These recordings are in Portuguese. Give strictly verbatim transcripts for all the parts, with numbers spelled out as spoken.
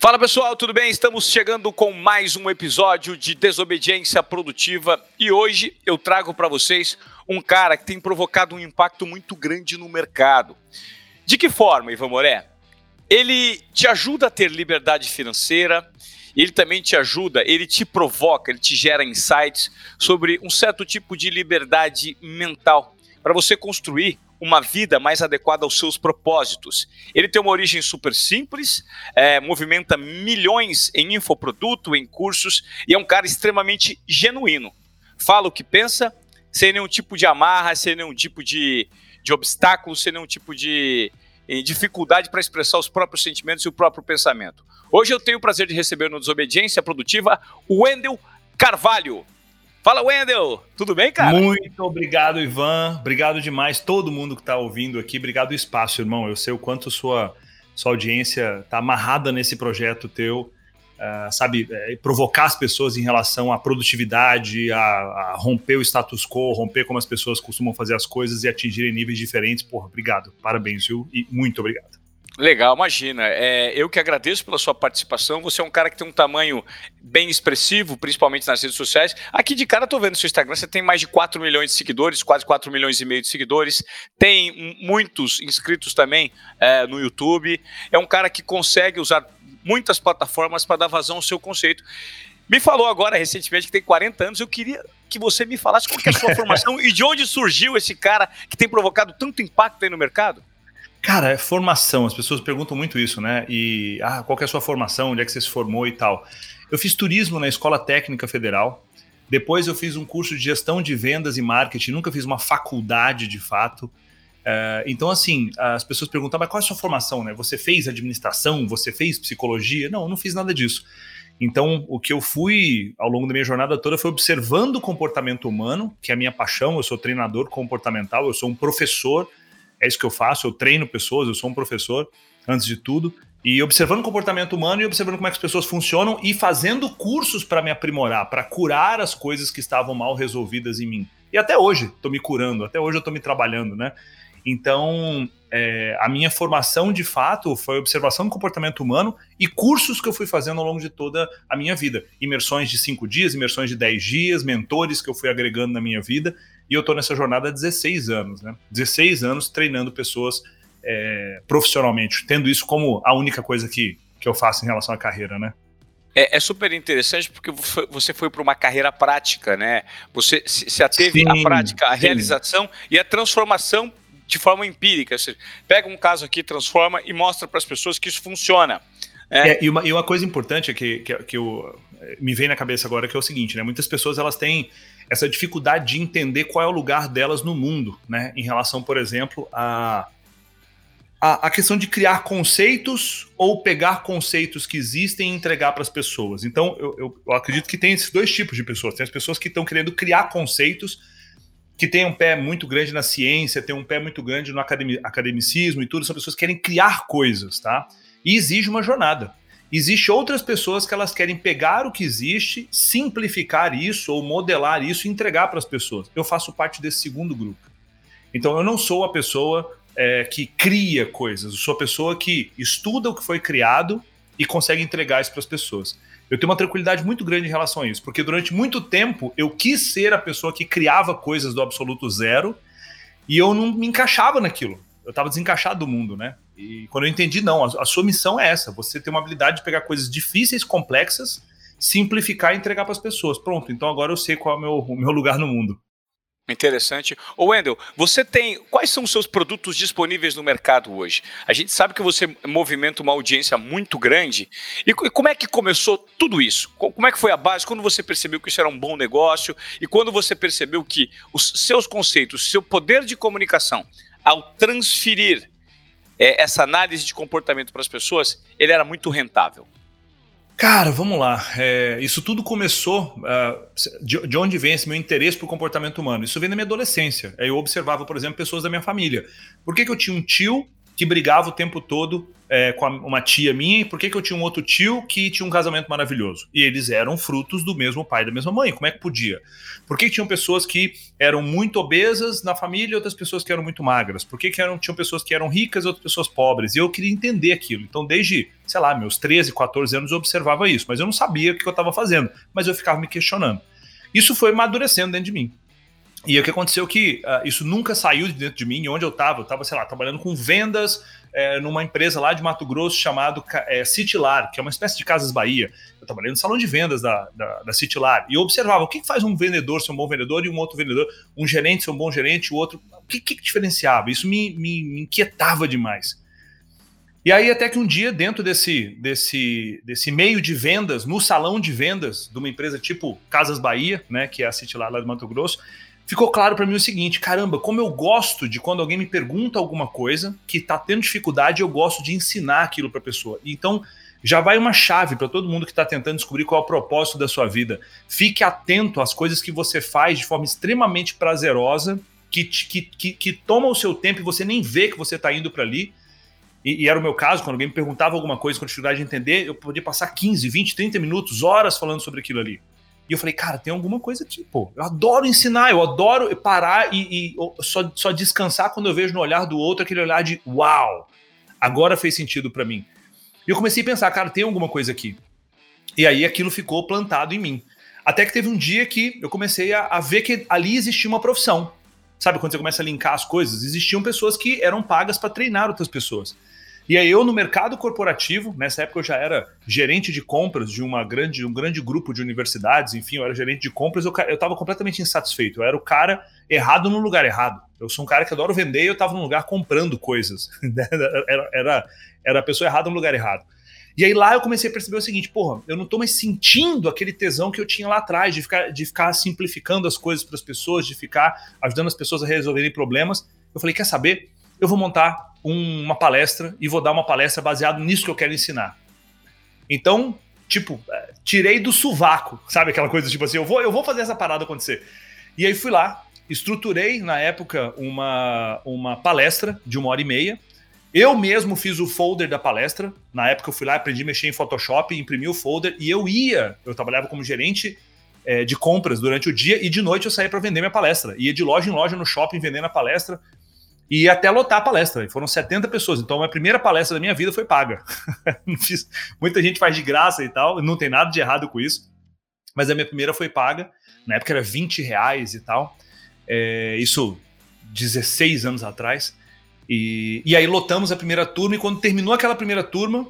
Fala pessoal, tudo bem? Estamos chegando com mais um episódio de Desobediência Produtiva e hoje eu trago para vocês um cara que tem provocado um impacto muito grande no mercado. De que forma, Ivan Moré? Ele te ajuda a ter liberdade financeira, ele também te ajuda, ele te provoca, ele te gera insights sobre um certo tipo de liberdade mental para você construir uma vida mais adequada aos seus propósitos. Ele tem uma origem super simples, é, movimenta milhões em infoproduto, em cursos, e é um cara extremamente genuíno. Fala o que pensa, sem nenhum tipo de amarra, sem nenhum tipo de, de obstáculo, sem nenhum tipo de eh, dificuldade para expressar os próprios sentimentos e o próprio pensamento. Hoje eu tenho o prazer de receber no Desobediência Produtiva o Wendel Carvalho. Fala, Wendel! Tudo bem, cara? Muito obrigado, Ivan. Obrigado demais todo mundo que está ouvindo aqui. Obrigado o espaço, irmão. Eu sei o quanto sua, sua audiência está amarrada nesse projeto teu, uh, sabe, é, provocar as pessoas em relação à produtividade, a, a romper o status quo, romper como as pessoas costumam fazer as coisas e atingirem níveis diferentes. Porra, obrigado. Parabéns, viu? E muito obrigado. Legal, imagina. É, eu que agradeço pela sua participação. Você é um cara que tem um tamanho bem expressivo, principalmente nas redes sociais. Aqui de cara, estou vendo no seu Instagram, você tem mais de quatro milhões de seguidores, quase quatro milhões e meio de seguidores. Tem muitos inscritos também é, no YouTube. É um cara que consegue usar muitas plataformas para dar vazão ao seu conceito. Me falou agora, recentemente, que tem quarenta anos. Eu queria que você me falasse qual que é a sua formação e de onde surgiu esse cara que tem provocado tanto impacto aí no mercado. Cara, é formação. As pessoas perguntam muito isso, né? E, ah, qual que é a sua formação? Onde é que você se formou e tal? Eu fiz turismo na Escola Técnica Federal. Depois eu fiz um curso de gestão de vendas e marketing. Nunca fiz uma faculdade, de fato. Uh, então, assim, as pessoas perguntam, mas qual é a sua formação, né? Você fez administração? Você fez psicologia? Não, eu não fiz nada disso. Então, o que eu fui, ao longo da minha jornada toda, foi observando o comportamento humano, que é a minha paixão. Eu sou treinador comportamental, eu sou um professor. É isso que eu faço, eu treino pessoas, eu sou um professor, antes de tudo, e observando o comportamento humano e observando como é que as pessoas funcionam e fazendo cursos para me aprimorar, para curar as coisas que estavam mal resolvidas em mim. E até hoje estou me curando, até hoje eu estou me trabalhando, né? Então, é, a minha formação, de fato, foi observação do comportamento humano e cursos que eu fui fazendo ao longo de toda a minha vida. Imersões de cinco dias, imersões de dez dias, mentores que eu fui agregando na minha vida. E eu estou nessa jornada há dezesseis anos, né? dezesseis anos treinando pessoas é, profissionalmente, tendo isso como a única coisa que, que eu faço em relação à carreira, né? É, é super interessante porque você foi para uma carreira prática, né? Você se ateve sim, à prática, à realização sim. E à transformação de forma empírica. Você pega um caso aqui, transforma e mostra para as pessoas que isso funciona. É. É, e, uma, e uma coisa importante que, que, que eu, me vem na cabeça agora que é o seguinte, né? Muitas pessoas elas têm essa dificuldade de entender qual é o lugar delas no mundo, né? Em relação, por exemplo, a, a, a questão de criar conceitos ou pegar conceitos que existem e entregar para as pessoas. Então, eu, eu, eu acredito que tem esses dois tipos de pessoas. Tem as pessoas que estão querendo criar conceitos que têm um pé muito grande na ciência, tem um pé muito grande no academi, academicismo e tudo. São pessoas que querem criar coisas, tá? E exige uma jornada. Existem outras pessoas que elas querem pegar o que existe, simplificar isso ou modelar isso e entregar para as pessoas. Eu faço parte desse segundo grupo. Então eu não sou a pessoa é, que cria coisas, eu sou a pessoa que estuda o que foi criado e consegue entregar isso para as pessoas. Eu tenho uma tranquilidade muito grande em relação a isso, porque durante muito tempo eu quis ser a pessoa que criava coisas do absoluto zero e eu não me encaixava naquilo. Eu estava desencaixado do mundo, né? E quando eu entendi, não, a, a sua missão é essa, você tem uma habilidade de pegar coisas difíceis, complexas, simplificar e entregar para as pessoas. Pronto, então agora eu sei qual é o meu, o meu lugar no mundo. Interessante. Ô Wendel, você tem, quais são os seus produtos disponíveis no mercado hoje? A gente sabe que você movimenta uma audiência muito grande. E como é que começou tudo isso? Como é que foi a base? Quando você percebeu que isso era um bom negócio? E quando você percebeu que os seus conceitos, seu poder de comunicação, ao transferir é, essa análise de comportamento para as pessoas, ele era muito rentável? Cara, vamos lá. É, isso tudo começou... Uh, de, de onde vem esse meu interesse por comportamento humano? Isso vem da minha adolescência. Eu observava, por exemplo, pessoas da minha família. Por que, que eu tinha um tio que brigava o tempo todo é, com a, uma tia minha, e por que, que eu tinha um outro tio que tinha um casamento maravilhoso? E eles eram frutos do mesmo pai e da mesma mãe, como é que podia? Por que, que tinham pessoas que eram muito obesas na família e outras pessoas que eram muito magras? Por que, que eram, tinham pessoas que eram ricas e outras pessoas pobres? E eu queria entender aquilo. Então, desde, sei lá, meus treze, quatorze anos eu observava isso, mas eu não sabia o que eu estava fazendo, mas eu ficava me questionando. Isso foi amadurecendo dentro de mim. E o que aconteceu é que uh, isso nunca saiu de dentro de mim, onde eu estava. Eu estava, sei lá, trabalhando com vendas é, numa empresa lá de Mato Grosso chamado é, Citylar, que é uma espécie de Casas Bahia. Eu trabalhei no salão de vendas da, da, da Citylar. E eu observava o que, que faz um vendedor ser um bom vendedor e um outro vendedor, um gerente ser um bom gerente, o outro... O que, que diferenciava? Isso me, me, me inquietava demais. E aí até que um dia, dentro desse, desse, desse meio de vendas, no salão de vendas de uma empresa tipo Casas Bahia, né, que é a Citylar lá de Mato Grosso, ficou claro para mim o seguinte: caramba, como eu gosto de quando alguém me pergunta alguma coisa que está tendo dificuldade, eu gosto de ensinar aquilo para a pessoa. Então, já vai uma chave para todo mundo que está tentando descobrir qual é o propósito da sua vida. Fique atento às coisas que você faz de forma extremamente prazerosa, que, que, que, que toma o seu tempo e você nem vê que você está indo para ali. E, e era o meu caso, quando alguém me perguntava alguma coisa com dificuldade de entender, eu podia passar quinze, vinte, trinta minutos, horas falando sobre aquilo ali. E eu falei, cara, tem alguma coisa aqui, pô. Eu adoro ensinar, eu adoro parar e, e só, só descansar quando eu vejo no olhar do outro aquele olhar de uau, agora fez sentido pra mim. E eu comecei a pensar, cara, tem alguma coisa aqui. E aí aquilo ficou plantado em mim. Até que teve um dia que eu comecei a, a ver que ali existia uma profissão. Sabe quando você começa a linkar as coisas? Existiam pessoas que eram pagas para treinar outras pessoas. E aí eu, no mercado corporativo, nessa época eu já era gerente de compras de uma grande, um grande grupo de universidades, enfim, eu era gerente de compras, eu estava completamente insatisfeito. Eu era o cara errado no lugar errado. Eu sou um cara que adoro vender e eu estava num lugar comprando coisas. era, era, era a pessoa errada no lugar errado. E aí lá eu comecei a perceber o seguinte, porra, eu não estou mais sentindo aquele tesão que eu tinha lá atrás, de ficar, de ficar simplificando as coisas para as pessoas, de ficar ajudando as pessoas a resolverem problemas. Eu falei, quer saber? Eu vou montar um, uma palestra e vou dar uma palestra baseada nisso que eu quero ensinar. Então, tipo, tirei do sovaco, sabe aquela coisa tipo assim, eu vou, eu vou fazer essa parada acontecer. E aí fui lá, estruturei na época uma, uma palestra de uma hora e meia. Eu mesmo fiz o folder da palestra. Na época eu fui lá, aprendi a mexer em Photoshop, imprimi o folder e eu ia, eu trabalhava como gerente é, de compras durante o dia e de noite eu saía para vender minha palestra. Ia de loja em loja no shopping vendendo a palestra. E ia até lotar a palestra. Foram setenta pessoas. Então, a minha primeira palestra da minha vida foi paga. Muita gente faz de graça e tal. Não tem nada de errado com isso. Mas a minha primeira foi paga. Na época era vinte reais e tal. É, isso dezesseis anos atrás. E, e aí lotamos a primeira turma. E quando terminou aquela primeira turma,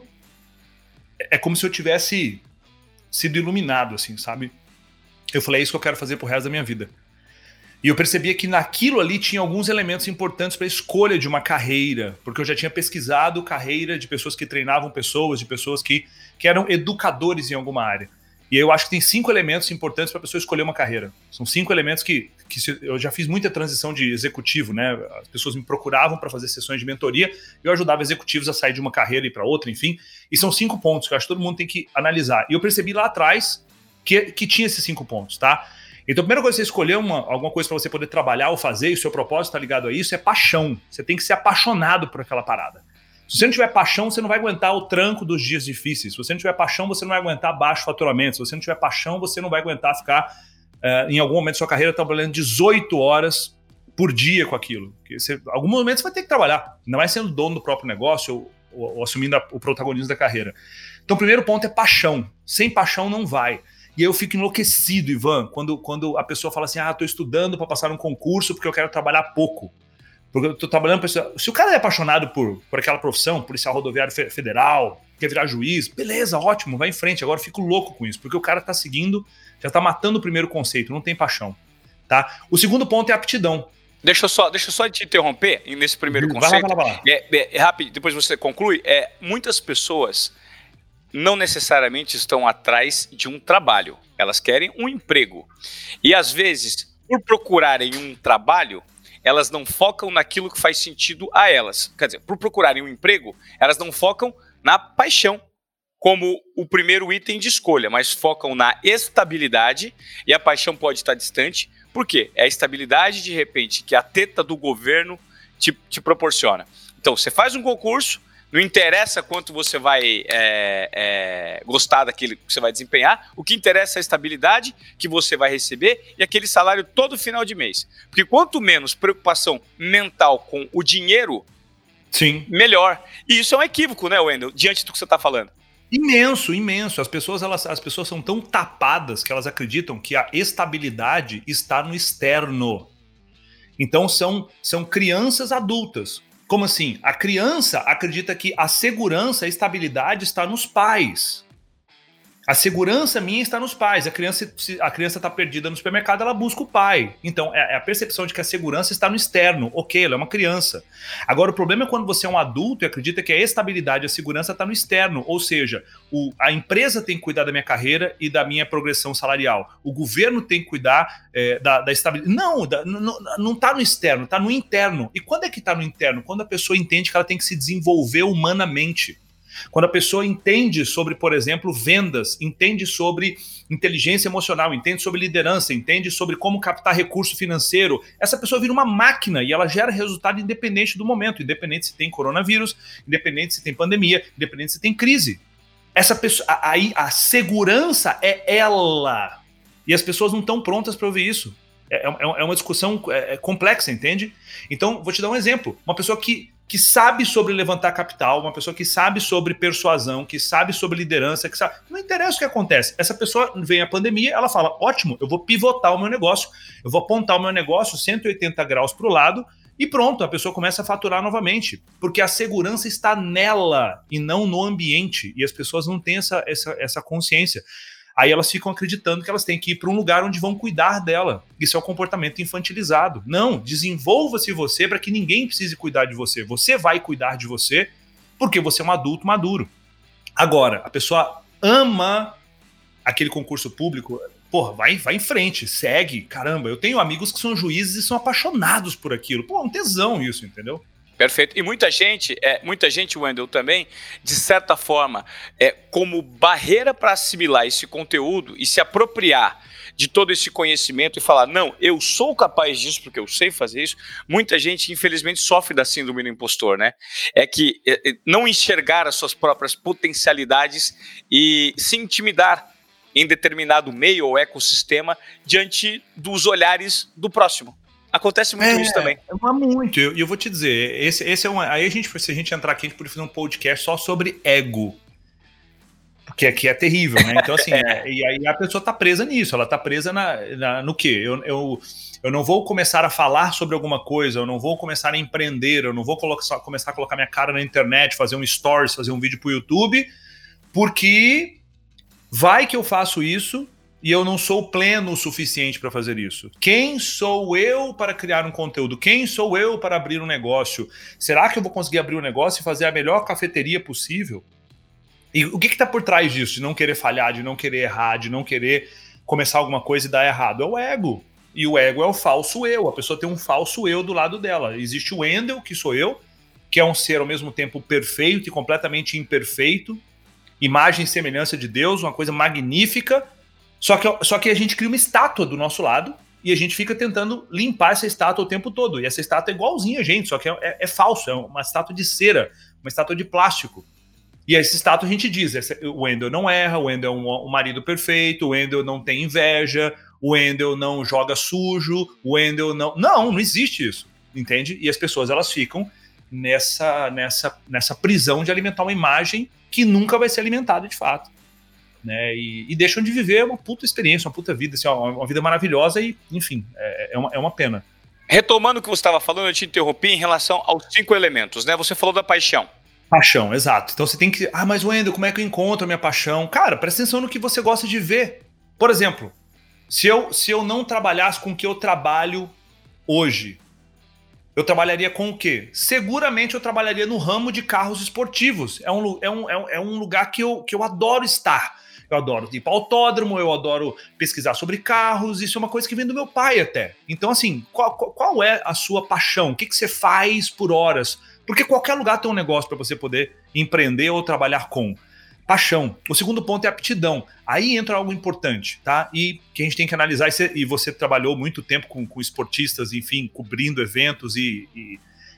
é como se eu tivesse sido iluminado, assim, sabe? Eu falei, é isso que eu quero fazer pro resto da minha vida. E eu percebia que naquilo ali tinha alguns elementos importantes para a escolha de uma carreira, porque eu já tinha pesquisado carreira de pessoas que treinavam pessoas, de pessoas que, que eram educadores em alguma área. E eu acho que tem cinco elementos importantes para a pessoa escolher uma carreira. São cinco elementos que, que se, eu já fiz muita transição de executivo, né? As pessoas me procuravam para fazer sessões de mentoria, eu ajudava executivos a sair de uma carreira e para outra, enfim. E são cinco pontos que eu acho que todo mundo tem que analisar. E eu percebi lá atrás que, que tinha esses cinco pontos, tá? Então, a primeira coisa que você escolher uma, alguma coisa para você poder trabalhar ou fazer, e o seu propósito está ligado a isso, é paixão. Você tem que ser apaixonado por aquela parada. Se você não tiver paixão, você não vai aguentar o tranco dos dias difíceis. Se você não tiver paixão, você não vai aguentar baixo faturamento. Se você não tiver paixão, você não vai aguentar ficar, uh, em algum momento da sua carreira, trabalhando dezoito horas por dia com aquilo. Porque você, em algum momento você vai ter que trabalhar. Não é sendo dono do próprio negócio ou, ou, ou assumindo a, o protagonismo da carreira. Então, o primeiro ponto é paixão. Sem paixão, não vai. E aí eu fico enlouquecido, Ivan, quando, quando a pessoa fala assim, ah, estou estudando para passar um concurso porque eu quero trabalhar pouco. Porque eu estou trabalhando para... Se o cara é apaixonado por, por aquela profissão, policial rodoviário federal, quer virar juiz, beleza, ótimo, vai em frente. Agora eu fico louco com isso, porque o cara está seguindo, já está matando o primeiro conceito, não tem paixão. Tá? O segundo ponto é aptidão. Deixa eu só, deixa eu só te interromper nesse primeiro vai conceito. Lá, vai lá, vai lá. É, é, é rápido, depois você conclui. É, muitas pessoas não necessariamente estão atrás de um trabalho. Elas querem um emprego. E às vezes, por procurarem um trabalho, elas não focam naquilo que faz sentido a elas. Quer dizer, por procurarem um emprego, elas não focam na paixão como o primeiro item de escolha, mas focam na estabilidade, e a paixão pode estar distante. Por quê? É a estabilidade, de repente, que a teta do governo te, te proporciona. Então, você faz um concurso, não interessa quanto você vai é, é, gostar daquilo que você vai desempenhar, o que interessa é a estabilidade que você vai receber e aquele salário todo final de mês. Porque quanto menos preocupação mental com o dinheiro, sim, melhor. E isso é um equívoco, né, Wendel, diante do que você está falando. Imenso, imenso. As pessoas, elas, as pessoas são tão tapadas que elas acreditam que a estabilidade está no externo. Então são, são crianças adultas. Como assim? A criança acredita que a segurança, a estabilidade está nos pais. A segurança minha está nos pais. A criança se a criança está perdida no supermercado, ela busca o pai. Então, é a percepção de que a segurança está no externo. Ok, ela é uma criança. Agora, o problema é quando você é um adulto e acredita que a estabilidade e a segurança está no externo. Ou seja, o, a empresa tem que cuidar da minha carreira e da minha progressão salarial. O governo tem que cuidar é, da, da estabilidade. Não, da, não está no externo, está no interno. E quando é que está no interno? Quando a pessoa entende que ela tem que se desenvolver humanamente. Quando a pessoa entende sobre, por exemplo, vendas, entende sobre inteligência emocional, entende sobre liderança, entende sobre como captar recurso financeiro, essa pessoa vira uma máquina e ela gera resultado independente do momento, independente se tem coronavírus, independente se tem pandemia, independente se tem crise. Essa pessoa, aí a segurança é ela. E as pessoas não estão prontas para ouvir isso. É, é, é uma discussão é, complexa, entende? Então, vou te dar um exemplo. Uma pessoa que que sabe sobre levantar capital, uma pessoa que sabe sobre persuasão, que sabe sobre liderança, que sabe... Não interessa o que acontece. Essa pessoa vem a pandemia, ela fala, ótimo, eu vou pivotar o meu negócio, eu vou apontar o meu negócio cento e oitenta graus para o lado e pronto, a pessoa começa a faturar novamente. Porque a segurança está nela e não no ambiente. E as pessoas não têm essa, essa, essa consciência. Aí elas ficam acreditando que elas têm que ir para um lugar onde vão cuidar dela. Isso é o comportamento infantilizado. Não, desenvolva-se você para que ninguém precise cuidar de você. Você vai cuidar de você porque você é um adulto maduro. Agora, a pessoa ama aquele concurso público, porra, vai, vai em frente, segue. Caramba, eu tenho amigos que são juízes e são apaixonados por aquilo. Pô, é um tesão isso, entendeu? Perfeito. E muita gente, é, muita gente, Wendel, também, de certa forma, é, como barreira para assimilar esse conteúdo e se apropriar de todo esse conhecimento e falar, não, eu sou capaz disso porque eu sei fazer isso, muita gente, infelizmente, sofre da síndrome do impostor, né? É que é, não enxergar as suas próprias potencialidades e se intimidar em determinado meio ou ecossistema diante dos olhares do próximo. Acontece muito é, isso também. É muito. E eu, eu vou te dizer, esse, esse é um. Aí a gente, se a gente entrar aqui, a gente poderia fazer um podcast só sobre ego. Porque aqui é terrível, né? Então, assim, é, e aí a pessoa tá presa nisso, ela tá presa na, na, no quê? Eu, eu, eu não vou começar a falar sobre alguma coisa, eu não vou começar a empreender, eu não vou colocar, começar a colocar minha cara na internet, fazer um stories, fazer um vídeo pro YouTube, porque vai que eu faço isso. E eu não sou pleno o suficiente para fazer isso. Quem sou eu para criar um conteúdo? Quem sou eu para abrir um negócio? Será que eu vou conseguir abrir um negócio e fazer a melhor cafeteria possível? E o que está por trás disso? De não querer falhar, de não querer errar, de não querer começar alguma coisa e dar errado? É o ego. E o ego é o falso eu. A pessoa tem um falso eu do lado dela. Existe o Wendel, que sou eu, que é um ser ao mesmo tempo perfeito e completamente imperfeito. Imagem e semelhança de Deus, uma coisa magnífica. Só que, só que a gente cria uma estátua do nosso lado e a gente fica tentando limpar essa estátua o tempo todo. E essa estátua é igualzinha a gente, só que é, é, é falso, é uma estátua de cera, uma estátua de plástico. E essa estátua a gente diz, essa, o Wendel não erra, o Wendel é um, um marido perfeito, o Wendel não tem inveja, o Wendel não joga sujo, o Wendel não... Não, não existe isso, entende? E as pessoas, elas ficam nessa, nessa, nessa prisão de alimentar uma imagem que nunca vai ser alimentada de fato. Né, e, e deixam de viver uma puta experiência, uma puta vida, assim, uma, uma vida maravilhosa e, enfim, é, é, uma, é uma pena. Retomando o que você estava falando, eu te interrompi em relação aos cinco elementos, né? Você falou da paixão. Paixão, exato. Então você tem que... Ah, mas Wendel, como é que eu encontro a minha paixão? Cara, presta atenção no que você gosta de ver. Por exemplo, se eu, se eu não trabalhasse com o que eu trabalho hoje, eu trabalharia com o quê? Seguramente eu trabalharia no ramo de carros esportivos. É um, é um, é um lugar que eu, que eu adoro estar. Eu adoro ir para autódromo, eu adoro pesquisar sobre carros, isso é uma coisa que vem do meu pai até. Então, assim, qual, qual é a sua paixão? O que, que você faz por horas? Porque qualquer lugar tem um negócio para você poder empreender ou trabalhar com. Paixão. O segundo ponto é aptidão. Aí entra algo importante, tá? E que a gente tem que analisar, e você, e você trabalhou muito tempo com, com esportistas, enfim, cobrindo eventos e, e,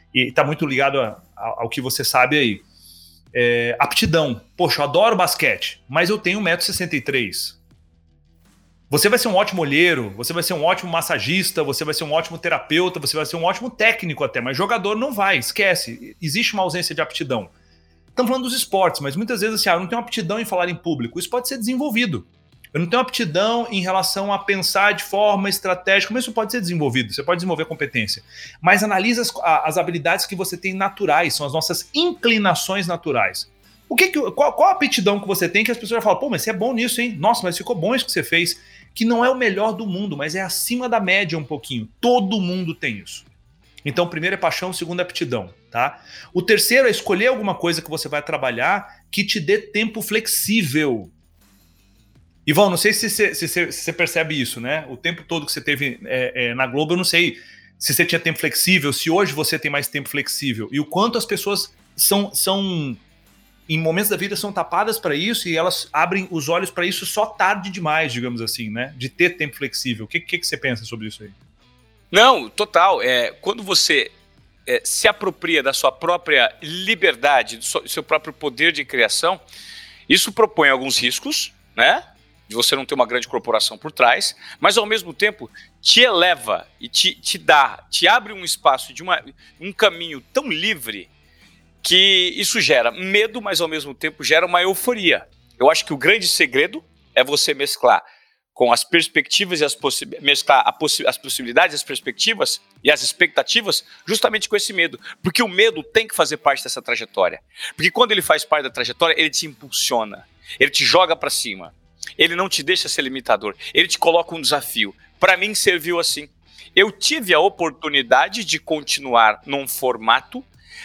e está muito ligado a, a, ao que você sabe aí. É, aptidão. Poxa, eu adoro basquete, mas eu tenho um metro e sessenta e três. Você vai ser um ótimo olheiro, você vai ser um ótimo massagista, você vai ser um ótimo terapeuta, você vai ser um ótimo técnico até, mas jogador não vai, esquece. Existe uma ausência de aptidão. Estamos falando dos esportes, mas muitas vezes assim, ah, eu não tenho aptidão em falar em público. Isso pode ser desenvolvido. Eu não tenho aptidão em relação a pensar de forma estratégica, mas isso pode ser desenvolvido, você pode desenvolver competência. Mas analisa as, as habilidades que você tem naturais, são as nossas inclinações naturais. O que que, qual, qual a aptidão que você tem que as pessoas falam, pô, mas você é bom nisso, hein? Nossa, mas ficou bom isso que você fez. Que não é o melhor do mundo, mas é acima da média um pouquinho. Todo mundo tem isso. Então, o primeiro é paixão, o segundo é aptidão, tá? O terceiro é escolher alguma coisa que você vai trabalhar que te dê tempo flexível. Ivan, não sei se você, se, você, se você percebe isso, né? O tempo todo que você teve é, é, na Globo, eu não sei se você tinha tempo flexível, se hoje você tem mais tempo flexível. E o quanto as pessoas são, são em momentos da vida, são tapadas para isso e elas abrem os olhos para isso só tarde demais, digamos assim, né? De ter tempo flexível. O que, que, que você pensa sobre isso aí? Não, total. É, quando você é, se apropria da sua própria liberdade, do seu, do seu próprio poder de criação, isso propõe alguns riscos, né? De você não ter uma grande corporação por trás, mas ao mesmo tempo te eleva e te, te dá, te abre um espaço de uma, um caminho tão livre que isso gera medo, mas ao mesmo tempo gera uma euforia. Eu acho que o grande segredo é você mesclar com as perspectivas e as possibilidades, mesclar possi as possibilidades, as perspectivas e as expectativas justamente com esse medo. Porque o medo tem que fazer parte dessa trajetória. Porque quando ele faz parte da trajetória, ele te impulsiona, ele te joga para cima, ele não te deixa ser limitador, ele te coloca um desafio. Para mim serviu assim. Eu tive a oportunidade de continuar num formato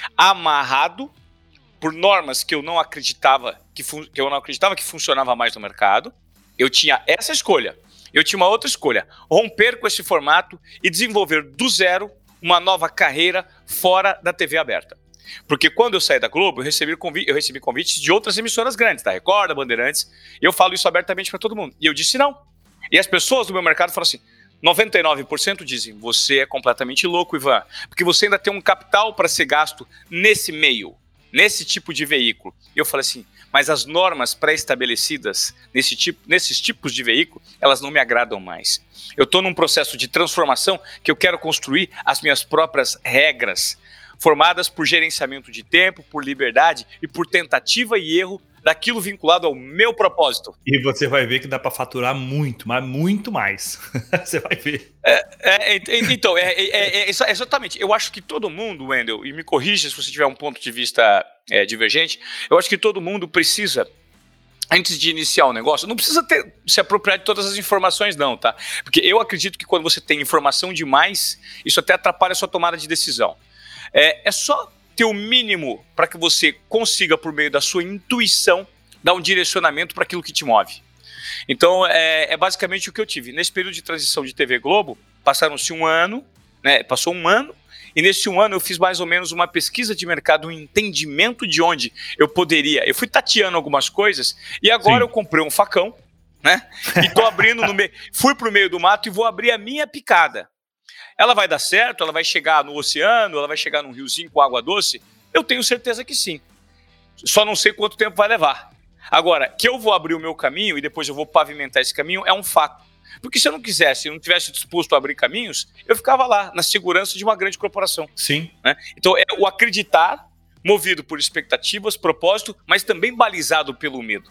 amarrado por normas que eu não acreditava que, que eu não acreditava que funcionava mais no mercado. Eu tinha essa escolha. Eu tinha uma outra escolha: romper com esse formato e desenvolver do zero uma nova carreira fora da T V aberta. Porque quando eu saí da Globo, eu recebi, convi eu recebi convites de outras emissoras grandes, da Record, da Bandeirantes, e eu falo isso abertamente para todo mundo. E eu disse não. E as pessoas do meu mercado falam assim, noventa e nove por cento dizem, você é completamente louco, Ivan, porque você ainda tem um capital para ser gasto nesse meio, nesse tipo de veículo. E eu falei assim, mas as normas pré-estabelecidas nesse tipo, nesses tipos de veículo, elas não me agradam mais. Eu estou num processo de transformação que eu quero construir as minhas próprias regras, formadas por gerenciamento de tempo, por liberdade e por tentativa e erro daquilo vinculado ao meu propósito. E você vai ver que dá para faturar muito, mas muito mais. Você vai ver. É, é, então, é, é, é, é exatamente. Eu acho que todo mundo, Wendel, e me corrija se você tiver um ponto de vista é, divergente, eu acho que todo mundo precisa, antes de iniciar o negócio, não precisa ter, se apropriar de todas as informações não, tá? Porque eu acredito que quando você tem informação demais, isso até atrapalha a sua tomada de decisão. É, é só ter o mínimo para que você consiga, por meio da sua intuição, dar um direcionamento para aquilo que te move. Então, é, é basicamente o que eu tive. Nesse período de transição de T V Globo, passaram-se um ano, né, passou um ano, e nesse um ano eu fiz mais ou menos uma pesquisa de mercado, um entendimento de onde eu poderia. Eu fui tateando algumas coisas, e agora Sim. eu comprei um facão, né, e tô abrindo no meio, fui para o meio do mato e vou abrir a minha picada. Ela vai dar certo? Ela vai chegar no oceano? Ela vai chegar num riozinho com água doce? Eu tenho certeza que sim. Só não sei quanto tempo vai levar. Agora, que eu vou abrir o meu caminho e depois eu vou pavimentar esse caminho é um fato. Porque se eu não quisesse, eu não tivesse disposto a abrir caminhos, eu ficava lá, na segurança de uma grande corporação. Sim. Né? Então, é o acreditar, movido por expectativas, propósito, mas também balizado pelo medo.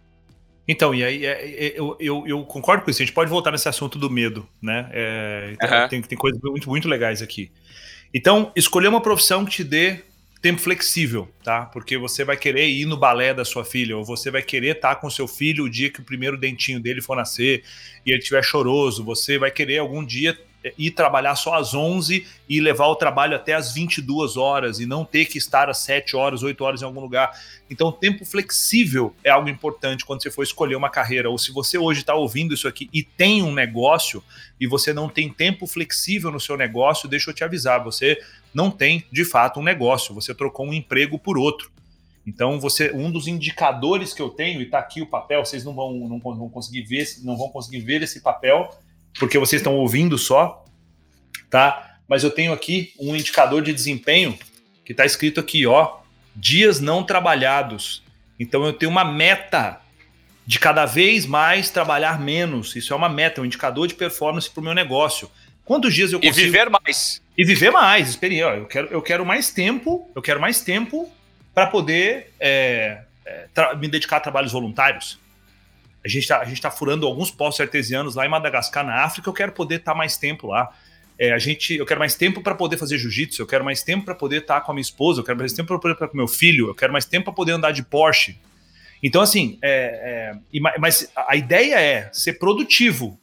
Então, e aí eu, eu, eu concordo com isso, a gente pode voltar nesse assunto do medo, né? É, então, uhum. tem, tem coisas muito, muito legais aqui. Então, escolher uma profissão que te dê tempo flexível, tá? Porque você vai querer ir no balé da sua filha, ou você vai querer estar com seu filho o dia que o primeiro dentinho dele for nascer e ele estiver choroso, você vai querer algum dia ir trabalhar só às onze e levar o trabalho até às vinte e duas horas e não ter que estar às sete horas, oito horas em algum lugar. Então, o tempo flexível é algo importante quando você for escolher uma carreira. Ou se você hoje está ouvindo isso aqui e tem um negócio e você não tem tempo flexível no seu negócio, deixa eu te avisar, você não tem, de fato, um negócio. Você trocou um emprego por outro. Então, você, um dos indicadores que eu tenho, e está aqui o papel, vocês não vão, não vão conseguir ver, não vão conseguir ver esse papel, porque vocês estão ouvindo só, tá? mas eu tenho aqui um indicador de desempenho que está escrito aqui, ó, dias não trabalhados. Então eu tenho uma meta de cada vez mais trabalhar menos. Isso é uma meta, um indicador de performance para o meu negócio. Quantos dias eu consigo... E viver mais. E viver mais, experiência. Eu quero, eu quero mais tempo, eu quero mais tempo para poder é, é, tra- me dedicar a trabalhos voluntários. A gente está a gente tá furando alguns poços artesianos lá em Madagascar, na África. Eu quero poder estar mais tempo lá. É, a gente, eu quero mais tempo para poder fazer jiu-jitsu, eu quero mais tempo para poder estar com a minha esposa, eu quero mais tempo para poder estar com meu filho, eu quero mais tempo para poder andar de Porsche. Então, assim, é, é, mas a ideia é ser produtivo.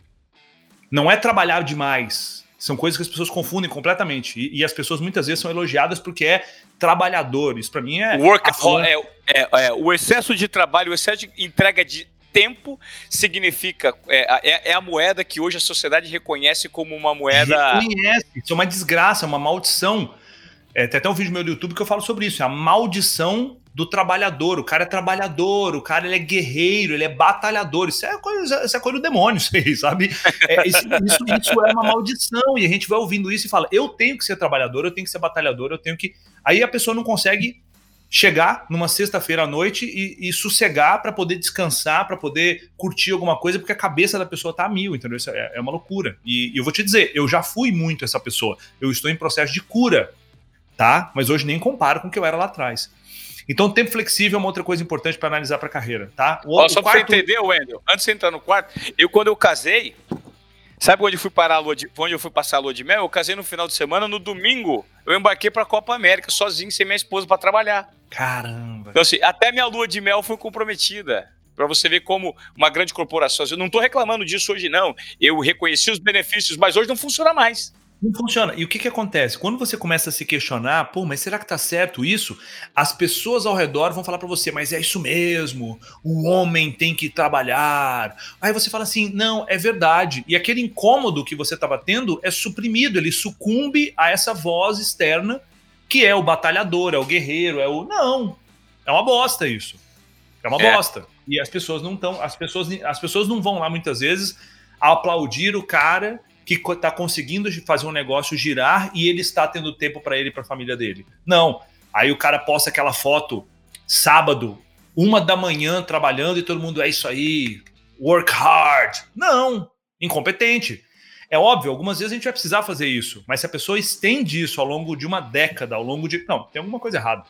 Não é trabalhar demais. São coisas que as pessoas confundem completamente. E, e as pessoas muitas vezes são elogiadas porque é trabalhador. Isso para mim é... Workaholic, é, é, é, o excesso de trabalho, o excesso de entrega de tempo significa... É, é, é a moeda que hoje a sociedade reconhece como uma moeda... Reconhece. Isso é uma desgraça, é uma maldição. É, tem até um vídeo meu do YouTube que eu falo sobre isso. É a maldição do trabalhador. O cara é trabalhador, o cara ele é guerreiro, ele é batalhador. Isso é coisa, isso é coisa do demônio, isso aí, sabe? É, isso, isso, isso é uma maldição. E a gente vai ouvindo isso e fala, eu tenho que ser trabalhador, eu tenho que ser batalhador, eu tenho que... Aí a pessoa não consegue chegar numa sexta-feira à noite e, e sossegar para poder descansar, para poder curtir alguma coisa, porque a cabeça da pessoa tá a mil, entendeu? Isso é, é uma loucura. E, e eu vou te dizer, eu já fui muito essa pessoa. Eu estou em processo de cura, tá? Mas hoje nem comparo com o que eu era lá atrás. Então, o tempo flexível é uma outra coisa importante para analisar para a carreira, tá? O, Ó, só o para quarto... você entender, Wendel, antes de você entrar no quarto, eu quando eu casei, sabe onde eu fui parar a lua de, onde eu fui passar a lua de mel? Eu casei no final de semana, no domingo eu embarquei para a Copa América, sozinho, sem minha esposa para trabalhar. Caramba! Então, assim, até minha lua de mel foi comprometida. Para você ver como uma grande corporação... Eu não estou reclamando disso hoje, não. Eu reconheci os benefícios, mas hoje não funciona mais. Não funciona. E o que, que acontece? Quando você começa a se questionar, pô, mas será que tá certo isso? As pessoas ao redor vão falar para você, mas é isso mesmo, o homem tem que trabalhar. Aí você fala assim, não, é verdade. E aquele incômodo que você estava tendo é suprimido, ele sucumbe a essa voz externa, que é o batalhador, é o guerreiro, é o... Não, é uma bosta isso. É uma é. bosta. E as pessoas não estão... As pessoas, as pessoas não vão lá muitas vezes aplaudir o cara que está conseguindo fazer um negócio girar e ele está tendo tempo para ele e para a família dele. Não. Aí o cara posta aquela foto sábado, uma da manhã, trabalhando e todo mundo, é isso aí, work hard. Não. Incompetente. É óbvio, algumas vezes a gente vai precisar fazer isso, mas se a pessoa estende isso ao longo de uma década, ao longo de... Não, tem alguma coisa errada.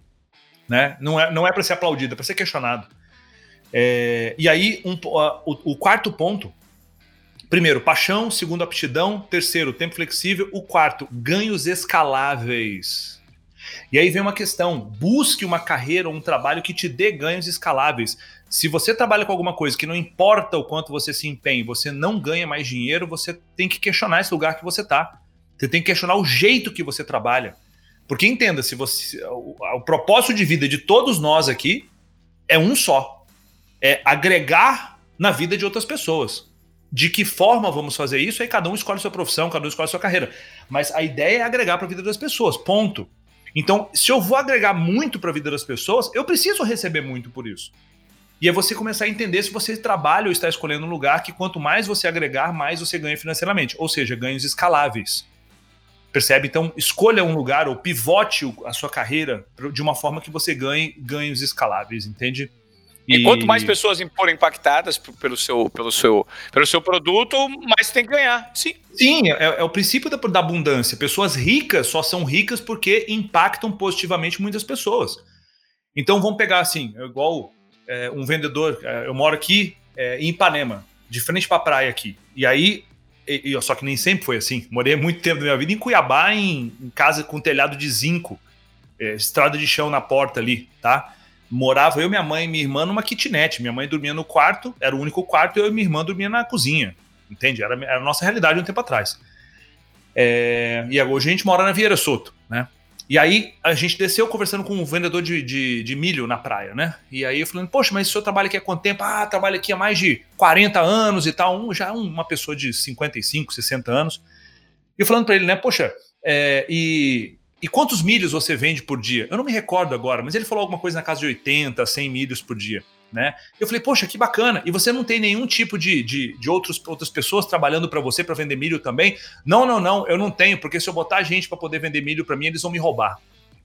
Né? Não é, não é para ser aplaudido, é para ser questionado. É, e aí, um, uh, o, o quarto ponto, primeiro, paixão. Segundo, aptidão. Terceiro, tempo flexível. O quarto, ganhos escaláveis. E aí vem uma questão. Busque uma carreira ou um trabalho que te dê ganhos escaláveis. Se você trabalha com alguma coisa que não importa o quanto você se empenhe, você não ganha mais dinheiro, você tem que questionar esse lugar que você está. Você tem que questionar o jeito que você trabalha. Porque entenda, se você, o, o propósito de vida de todos nós aqui é um só. É agregar na vida de outras pessoas. De que forma vamos fazer isso? Aí cada um escolhe sua profissão, cada um escolhe sua carreira. Mas a ideia é agregar para a vida das pessoas, ponto. Então, se eu vou agregar muito para a vida das pessoas, eu preciso receber muito por isso. E é você começar a entender se você trabalha ou está escolhendo um lugar que quanto mais você agregar, mais você ganha financeiramente. Ou seja, ganhos escaláveis. Percebe? Então, escolha um lugar ou pivote a sua carreira de uma forma que você ganhe ganhos escaláveis, entende? E, e quanto mais pessoas forem impactadas pelo seu, pelo seu, pelo seu produto, mais tem que ganhar. Sim, Sim é, é o princípio da, da abundância. Pessoas ricas só são ricas porque impactam positivamente muitas pessoas. Então vamos pegar assim, igual é, um vendedor. É, eu moro aqui é, em Ipanema, de frente para a praia aqui. E aí, e, e, só que nem sempre foi assim. Morei muito tempo da minha vida em Cuiabá, em, em casa com telhado de zinco, é, estrada de chão na porta ali, tá? Morava eu, minha mãe e minha irmã numa kitnet. Minha mãe dormia no quarto, era o único quarto, e eu e minha irmã dormia na cozinha. Entende? Era, era a nossa realidade um tempo atrás. É, e hoje a gente mora na Vieira Soto, né? E aí a gente desceu conversando com um vendedor de, de, de milho na praia, né? E aí eu falando, poxa, mas o senhor trabalha aqui há quanto tempo? Ah, trabalho aqui há mais de quarenta anos e tal. Um, já uma pessoa de cinquenta e cinco, sessenta anos. E eu falando para ele, né? Poxa, é, e... E quantos milhos você vende por dia? Eu não me recordo agora, mas ele falou alguma coisa na casa de oitenta, cem milhos por dia. né? Eu falei, poxa, que bacana. E você não tem nenhum tipo de, de, de outros, outras pessoas trabalhando para você para vender milho também? Não, não, não, eu não tenho, porque se eu botar gente para poder vender milho para mim, eles vão me roubar.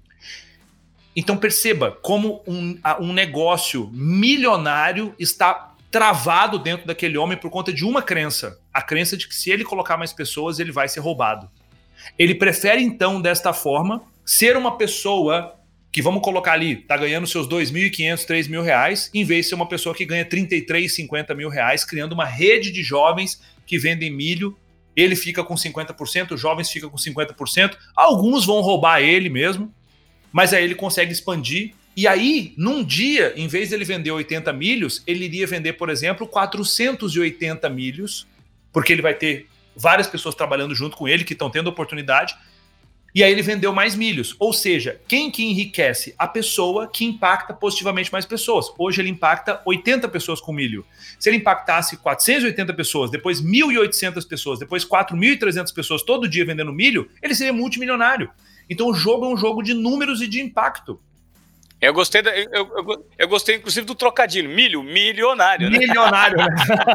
Então perceba como um, um negócio milionário está travado dentro daquele homem por conta de uma crença. A crença de que se ele colocar mais pessoas, ele vai ser roubado. Ele prefere, então, desta forma, ser uma pessoa que, vamos colocar ali, está ganhando seus dois mil e quinhentos, três mil reais, em vez de ser uma pessoa que ganha trinta e três, cinquenta mil reais, criando uma rede de jovens que vendem milho. Ele fica com cinquenta por cento, os jovens ficam com cinquenta por cento. Alguns vão roubar ele mesmo, mas aí ele consegue expandir. E aí, num dia, em vez de ele vender oitenta milhos, ele iria vender, por exemplo, quatrocentos e oitenta milhos, porque ele vai ter várias pessoas trabalhando junto com ele, que estão tendo oportunidade, e aí ele vendeu mais milhos. Ou seja, quem que enriquece? A pessoa que impacta positivamente mais pessoas. Hoje ele impacta oitenta pessoas com milho. Se ele impactasse quatrocentas e oitenta pessoas, depois mil e oitocentas pessoas, depois quatro mil e trezentas pessoas todo dia vendendo milho, ele seria multimilionário. Então o jogo é um jogo de números e de impacto. Eu gostei, da, eu, eu, eu gostei inclusive do trocadilho. Milho, milionário. Né? Milionário, né?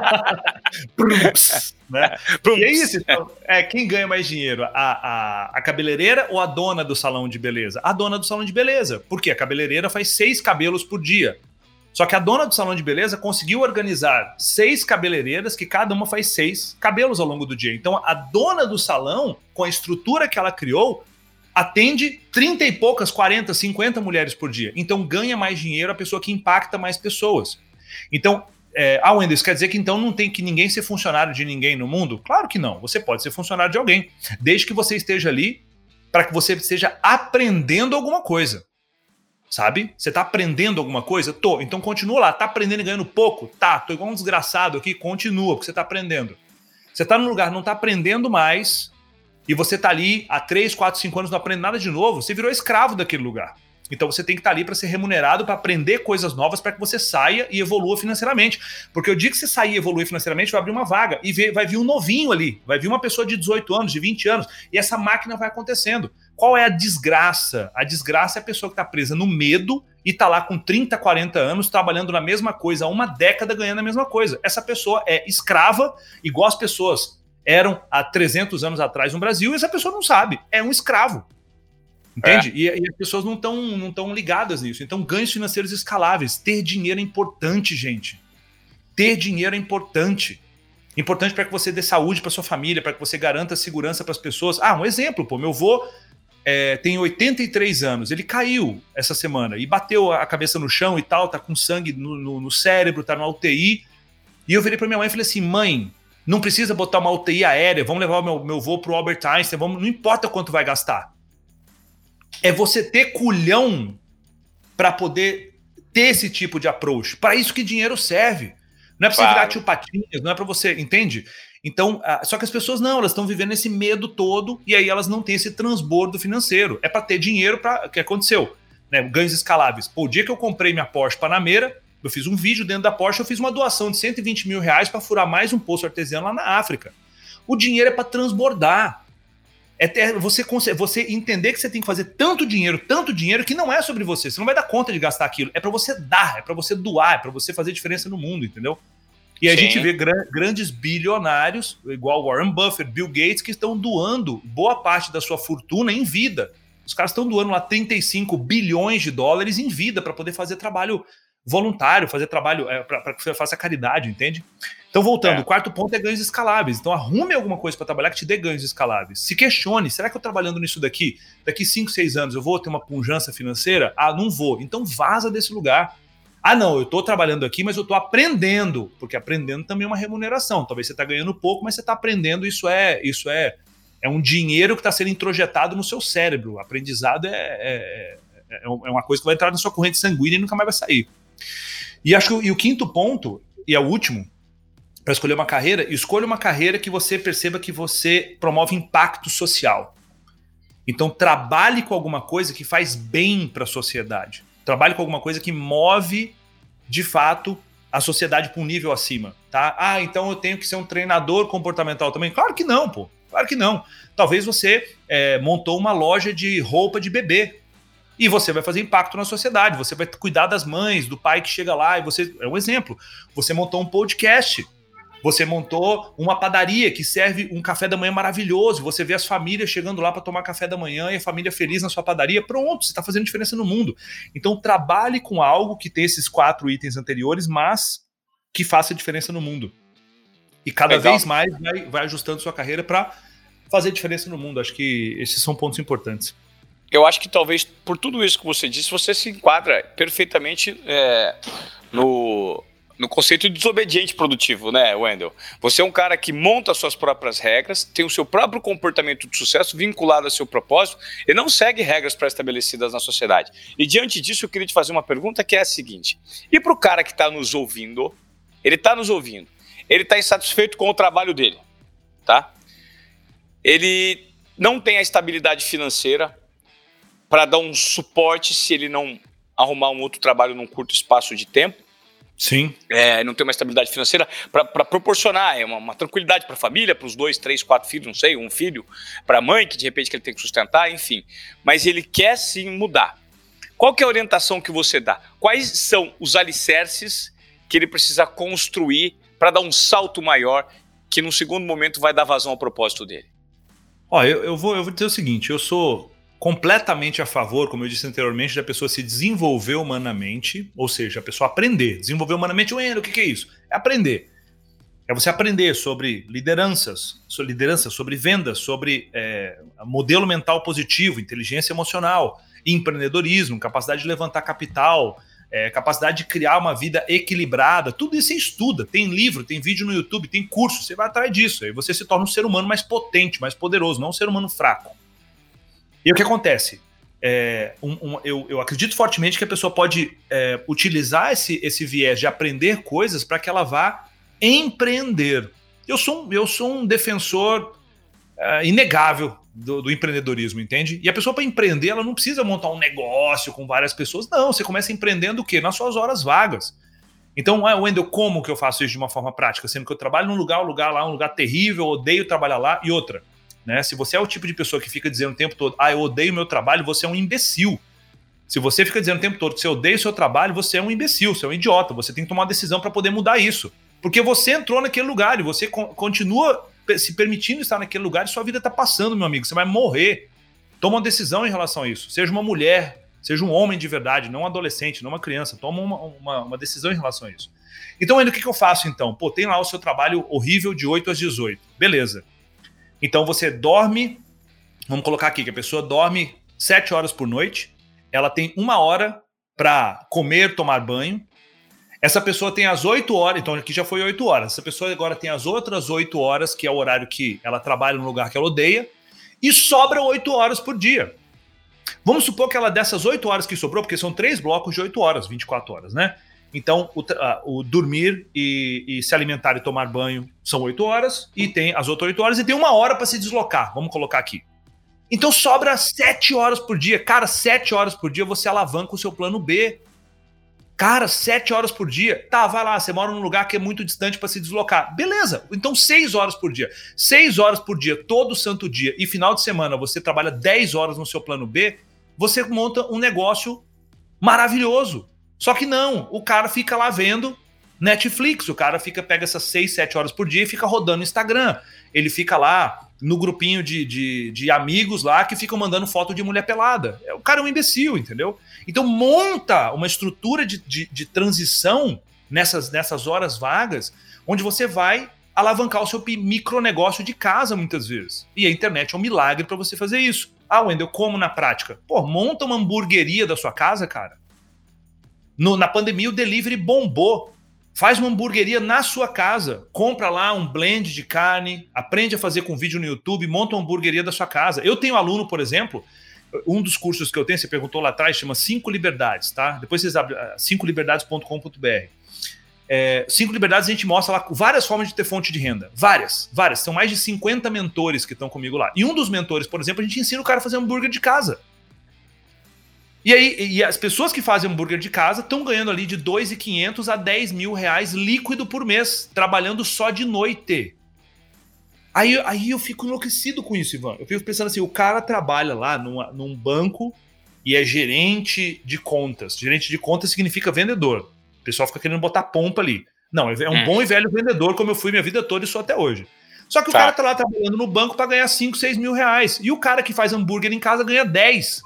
Prumps, né? Prumps. E é isso. Então, é, quem ganha mais dinheiro? A, a, a cabeleireira ou a dona do salão de beleza? A dona do salão de beleza. Porque a cabeleireira faz seis cabelos por dia. Só que a dona do salão de beleza conseguiu organizar seis cabeleireiras que cada uma faz seis cabelos ao longo do dia. Então a dona do salão, com a estrutura que ela criou, atende trinta e poucas, quarenta, cinquenta mulheres por dia. Então ganha mais dinheiro a pessoa que impacta mais pessoas. Então, é, ah, Wendel, isso quer dizer que então não tem que ninguém ser funcionário de ninguém no mundo? Claro que não. Você pode ser funcionário de alguém, desde que você esteja ali para que você esteja aprendendo alguma coisa. Sabe? Você tá aprendendo alguma coisa? Tô. Então continua lá. Tá aprendendo e ganhando pouco? Tá. Tô igual um desgraçado aqui. Continua, porque você tá aprendendo. Você tá num lugar, não tá aprendendo mais, e você tá ali há três, quatro, cinco anos, não aprende nada de novo, você virou escravo daquele lugar. Então você tem que estar ali para ser remunerado, para aprender coisas novas, para que você saia e evolua financeiramente. Porque o dia que você sair e evoluir financeiramente, vai abrir uma vaga e vai vir um novinho ali, vai vir uma pessoa de dezoito anos, de vinte anos, e essa máquina vai acontecendo. Qual é a desgraça? A desgraça é a pessoa que está presa no medo e está lá com trinta, quarenta anos, trabalhando na mesma coisa há uma década, ganhando a mesma coisa. Essa pessoa é escrava, igual as pessoas eram há trezentos anos atrás no Brasil, e essa pessoa não sabe, é um escravo. Entende? É. E, e as pessoas não estão não estão ligadas nisso. Então, ganhos financeiros escaláveis. Ter dinheiro é importante, gente. Ter dinheiro é importante. Importante para que você dê saúde para sua família, para que você garanta segurança para as pessoas. Ah, um exemplo, pô, meu avô é, tem oitenta e três anos, ele caiu essa semana e bateu a cabeça no chão e tal, tá com sangue no, no, no cérebro, tá na U T I. E eu virei para minha mãe e falei assim, mãe, não precisa botar uma U T I aérea, vamos levar o meu, meu avô pro Albert Einstein, vamos, não importa quanto vai gastar. É você ter culhão para poder ter esse tipo de approach. Para isso que dinheiro serve. Não é para você virar tio Patinhas, não é para você, entende? Então, só que as pessoas não, elas estão vivendo esse medo todo e aí elas não têm esse transbordo financeiro. É para ter dinheiro para... O que aconteceu? Né? Ganhos escaláveis. Pô, o dia que eu comprei minha Porsche Panamera, eu fiz um vídeo dentro da Porsche, eu fiz uma doação de cento e vinte mil reais para furar mais um poço artesiano lá na África. O dinheiro é para transbordar. É ter, você, você entender que você tem que fazer tanto dinheiro, tanto dinheiro, que não é sobre você. Você não vai dar conta de gastar aquilo. É para você dar, é para você doar, é para você fazer diferença no mundo, entendeu? E Sim. a gente vê gran, grandes bilionários, igual Warren Buffett, Bill Gates, que estão doando boa parte da sua fortuna em vida. Os caras estão doando lá trinta e cinco bilhões de dólares em vida para poder fazer trabalho voluntário, fazer trabalho é, para que você faça caridade, entende? Então, voltando, é. o quarto ponto é ganhos escaláveis. Então, arrume alguma coisa para trabalhar que te dê ganhos escaláveis. Se questione, será que eu trabalhando nisso daqui, daqui cinco, seis anos, eu vou ter uma pujança financeira? Ah, não vou. Então, vaza desse lugar. Ah, não, eu estou trabalhando aqui, mas eu estou aprendendo, porque aprendendo também é uma remuneração. Talvez você está ganhando pouco, mas você está aprendendo, isso é, isso é, é um dinheiro que está sendo introjetado no seu cérebro. O aprendizado é, é, é, é uma coisa que vai entrar na sua corrente sanguínea e nunca mais vai sair. E acho que e o quinto ponto, e é o último, para escolher uma carreira, escolha uma carreira que você perceba que você promove impacto social. Então, trabalhe com alguma coisa que faz bem para a sociedade. Trabalhe com alguma coisa que move, de fato, a sociedade para um nível acima. Tá? Ah, então eu tenho que ser um treinador comportamental também? Claro que não, pô. Claro que não. Talvez você é, montou uma loja de roupa de bebê. E você vai fazer impacto na sociedade, você vai cuidar das mães, do pai que chega lá, e você, é um exemplo, você montou um podcast, você montou uma padaria que serve um café da manhã maravilhoso, você vê as famílias chegando lá para tomar café da manhã e a família feliz na sua padaria, pronto, você está fazendo diferença no mundo. Então trabalhe com algo que tem esses quatro itens anteriores, mas que faça diferença no mundo. E cada Legal. vez mais vai, vai ajustando sua carreira para fazer diferença no mundo. Acho que esses são pontos importantes. Eu acho que talvez por tudo isso que você disse, você se enquadra perfeitamente é, no, no conceito de desobediente produtivo, né, Wendel? Você é um cara que monta as suas próprias regras, tem o seu próprio comportamento de sucesso vinculado ao seu propósito e não segue regras pré-estabelecidas na sociedade. E diante disso, eu queria te fazer uma pergunta que é a seguinte. E para o cara que está nos ouvindo, ele está nos ouvindo, ele está insatisfeito com o trabalho dele, tá? Ele não tem a estabilidade financeira para dar um suporte se ele não arrumar um outro trabalho num curto espaço de tempo. Sim. É, não tem uma estabilidade financeira para proporcionar é uma, uma tranquilidade para a família, para os dois, três, quatro filhos, não sei, um filho, para a mãe, que de repente que ele tem que sustentar, enfim. Mas ele quer sim mudar. Qual que é a orientação que você dá? Quais são os alicerces que ele precisa construir para dar um salto maior que num segundo momento vai dar vazão ao propósito dele? Ó, eu, eu, vou, eu vou dizer o seguinte, eu sou completamente a favor, como eu disse anteriormente, da pessoa se desenvolver humanamente, ou seja, a pessoa aprender. Desenvolver humanamente, o que, que é isso? É aprender. É você aprender sobre lideranças, sobre liderança, sobre vendas, sobre é, modelo mental positivo, inteligência emocional, empreendedorismo, capacidade de levantar capital, é, capacidade de criar uma vida equilibrada. Tudo isso você estuda. Tem livro, tem vídeo no YouTube, tem curso. Você vai atrás disso. Aí você se torna um ser humano mais potente, mais poderoso, não um ser humano fraco. E o que acontece? É, um, um, eu, eu acredito fortemente que a pessoa pode é, utilizar esse, esse viés de aprender coisas para que ela vá empreender. Eu sou, eu sou um defensor é, inegável do, do empreendedorismo, entende? E a pessoa, para empreender, ela não precisa montar um negócio com várias pessoas. Não, você começa empreendendo o quê? Nas suas horas vagas. Então, ah, Wendel, como que eu faço isso de uma forma prática? Sendo que eu trabalho num lugar, um lugar lá, um lugar terrível, odeio trabalhar lá. E outra, né? Se você é o tipo de pessoa que fica dizendo o tempo todo, ah, eu odeio meu trabalho, você é um imbecil. Se você fica dizendo o tempo todo que você odeia o seu trabalho, você é um imbecil, você é um idiota. Você tem que tomar uma decisão para poder mudar isso. Porque você entrou naquele lugar e você co- continua se permitindo estar naquele lugar e sua vida está passando, meu amigo. Você vai morrer. Toma uma decisão em relação a isso. Seja uma mulher, seja um homem de verdade, não um adolescente, não uma criança. Toma uma, uma, uma decisão em relação a isso. Então, ainda o que, que eu faço então? Pô, tem lá o seu trabalho horrível de oito às dezoito. Beleza. Então você dorme, vamos colocar aqui que a pessoa dorme sete horas por noite, ela tem uma hora para comer, tomar banho. Essa pessoa tem as oito horas, então aqui já foi oito horas. Essa pessoa agora tem as outras oito horas, que é o horário que ela trabalha no lugar que ela odeia, e sobra oito horas por dia. Vamos supor que ela dessas oito horas que sobrou, porque são três blocos de oito horas, vinte e quatro horas, né? Então, o, uh, o dormir e, e se alimentar e tomar banho são oito horas, e tem as outras oito horas, e tem uma hora para se deslocar, vamos colocar aqui. Então sobra sete horas por dia. Cara, sete horas por dia você alavanca o seu plano B. Cara, sete horas por dia. Tá, vai lá, você mora num lugar que é muito distante para se deslocar. Beleza, então seis horas por dia. Seis horas por dia, todo santo dia, e final de semana você trabalha dez horas no seu plano B, você monta um negócio maravilhoso. Só que não, o cara fica lá vendo Netflix, o cara fica, pega essas seis, sete horas por dia e fica rodando Instagram. Ele fica lá no grupinho de, de, de amigos lá que ficam mandando foto de mulher pelada. O cara é um imbecil, entendeu? Então monta uma estrutura de, de, de transição nessas, nessas horas vagas, onde você vai alavancar o seu micronegócio de casa muitas vezes. E a internet é um milagre para você fazer isso. Ah, Wendel, como na prática? Pô, monta uma hamburgueria da sua casa, cara. No, na pandemia o delivery bombou. Faz uma hamburgueria na sua casa. Compra lá um blend de carne, aprende a fazer com vídeo no YouTube, monta uma hamburgueria da sua casa. Eu tenho aluno, por exemplo, um dos cursos que eu tenho, você perguntou lá atrás, chama Cinco Liberdades, tá? Depois vocês abrem cinco liberdades ponto com ponto b r. É, Cinco Liberdades a gente mostra lá várias formas de ter fonte de renda. Várias, várias. São mais de cinquenta mentores que estão comigo lá. E um dos mentores, por exemplo, a gente ensina o cara a fazer hambúrguer de casa. E aí, e as pessoas que fazem hambúrguer de casa estão ganhando ali de dois mil e quinhentos a dez mil reais líquido por mês, trabalhando só de noite. Aí, aí eu fico enlouquecido com isso, Ivan. Eu fico pensando assim, o cara trabalha lá numa, num banco e é gerente de contas. Gerente de contas significa vendedor. O pessoal fica querendo botar pompa ali. Não, é um hum. bom e velho vendedor, como eu fui minha vida toda e sou até hoje. Só que tá. o cara tá lá trabalhando no banco para ganhar cinco, seis mil reais. E o cara que faz hambúrguer em casa ganha dez.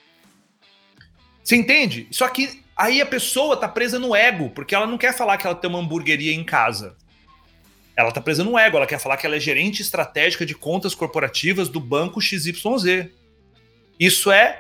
Você entende? Só que aí a pessoa tá presa no ego, porque ela não quer falar que ela tem uma hamburgueria em casa. Ela tá presa no ego, ela quer falar que ela é gerente estratégica de contas corporativas do banco X Y Z. Isso é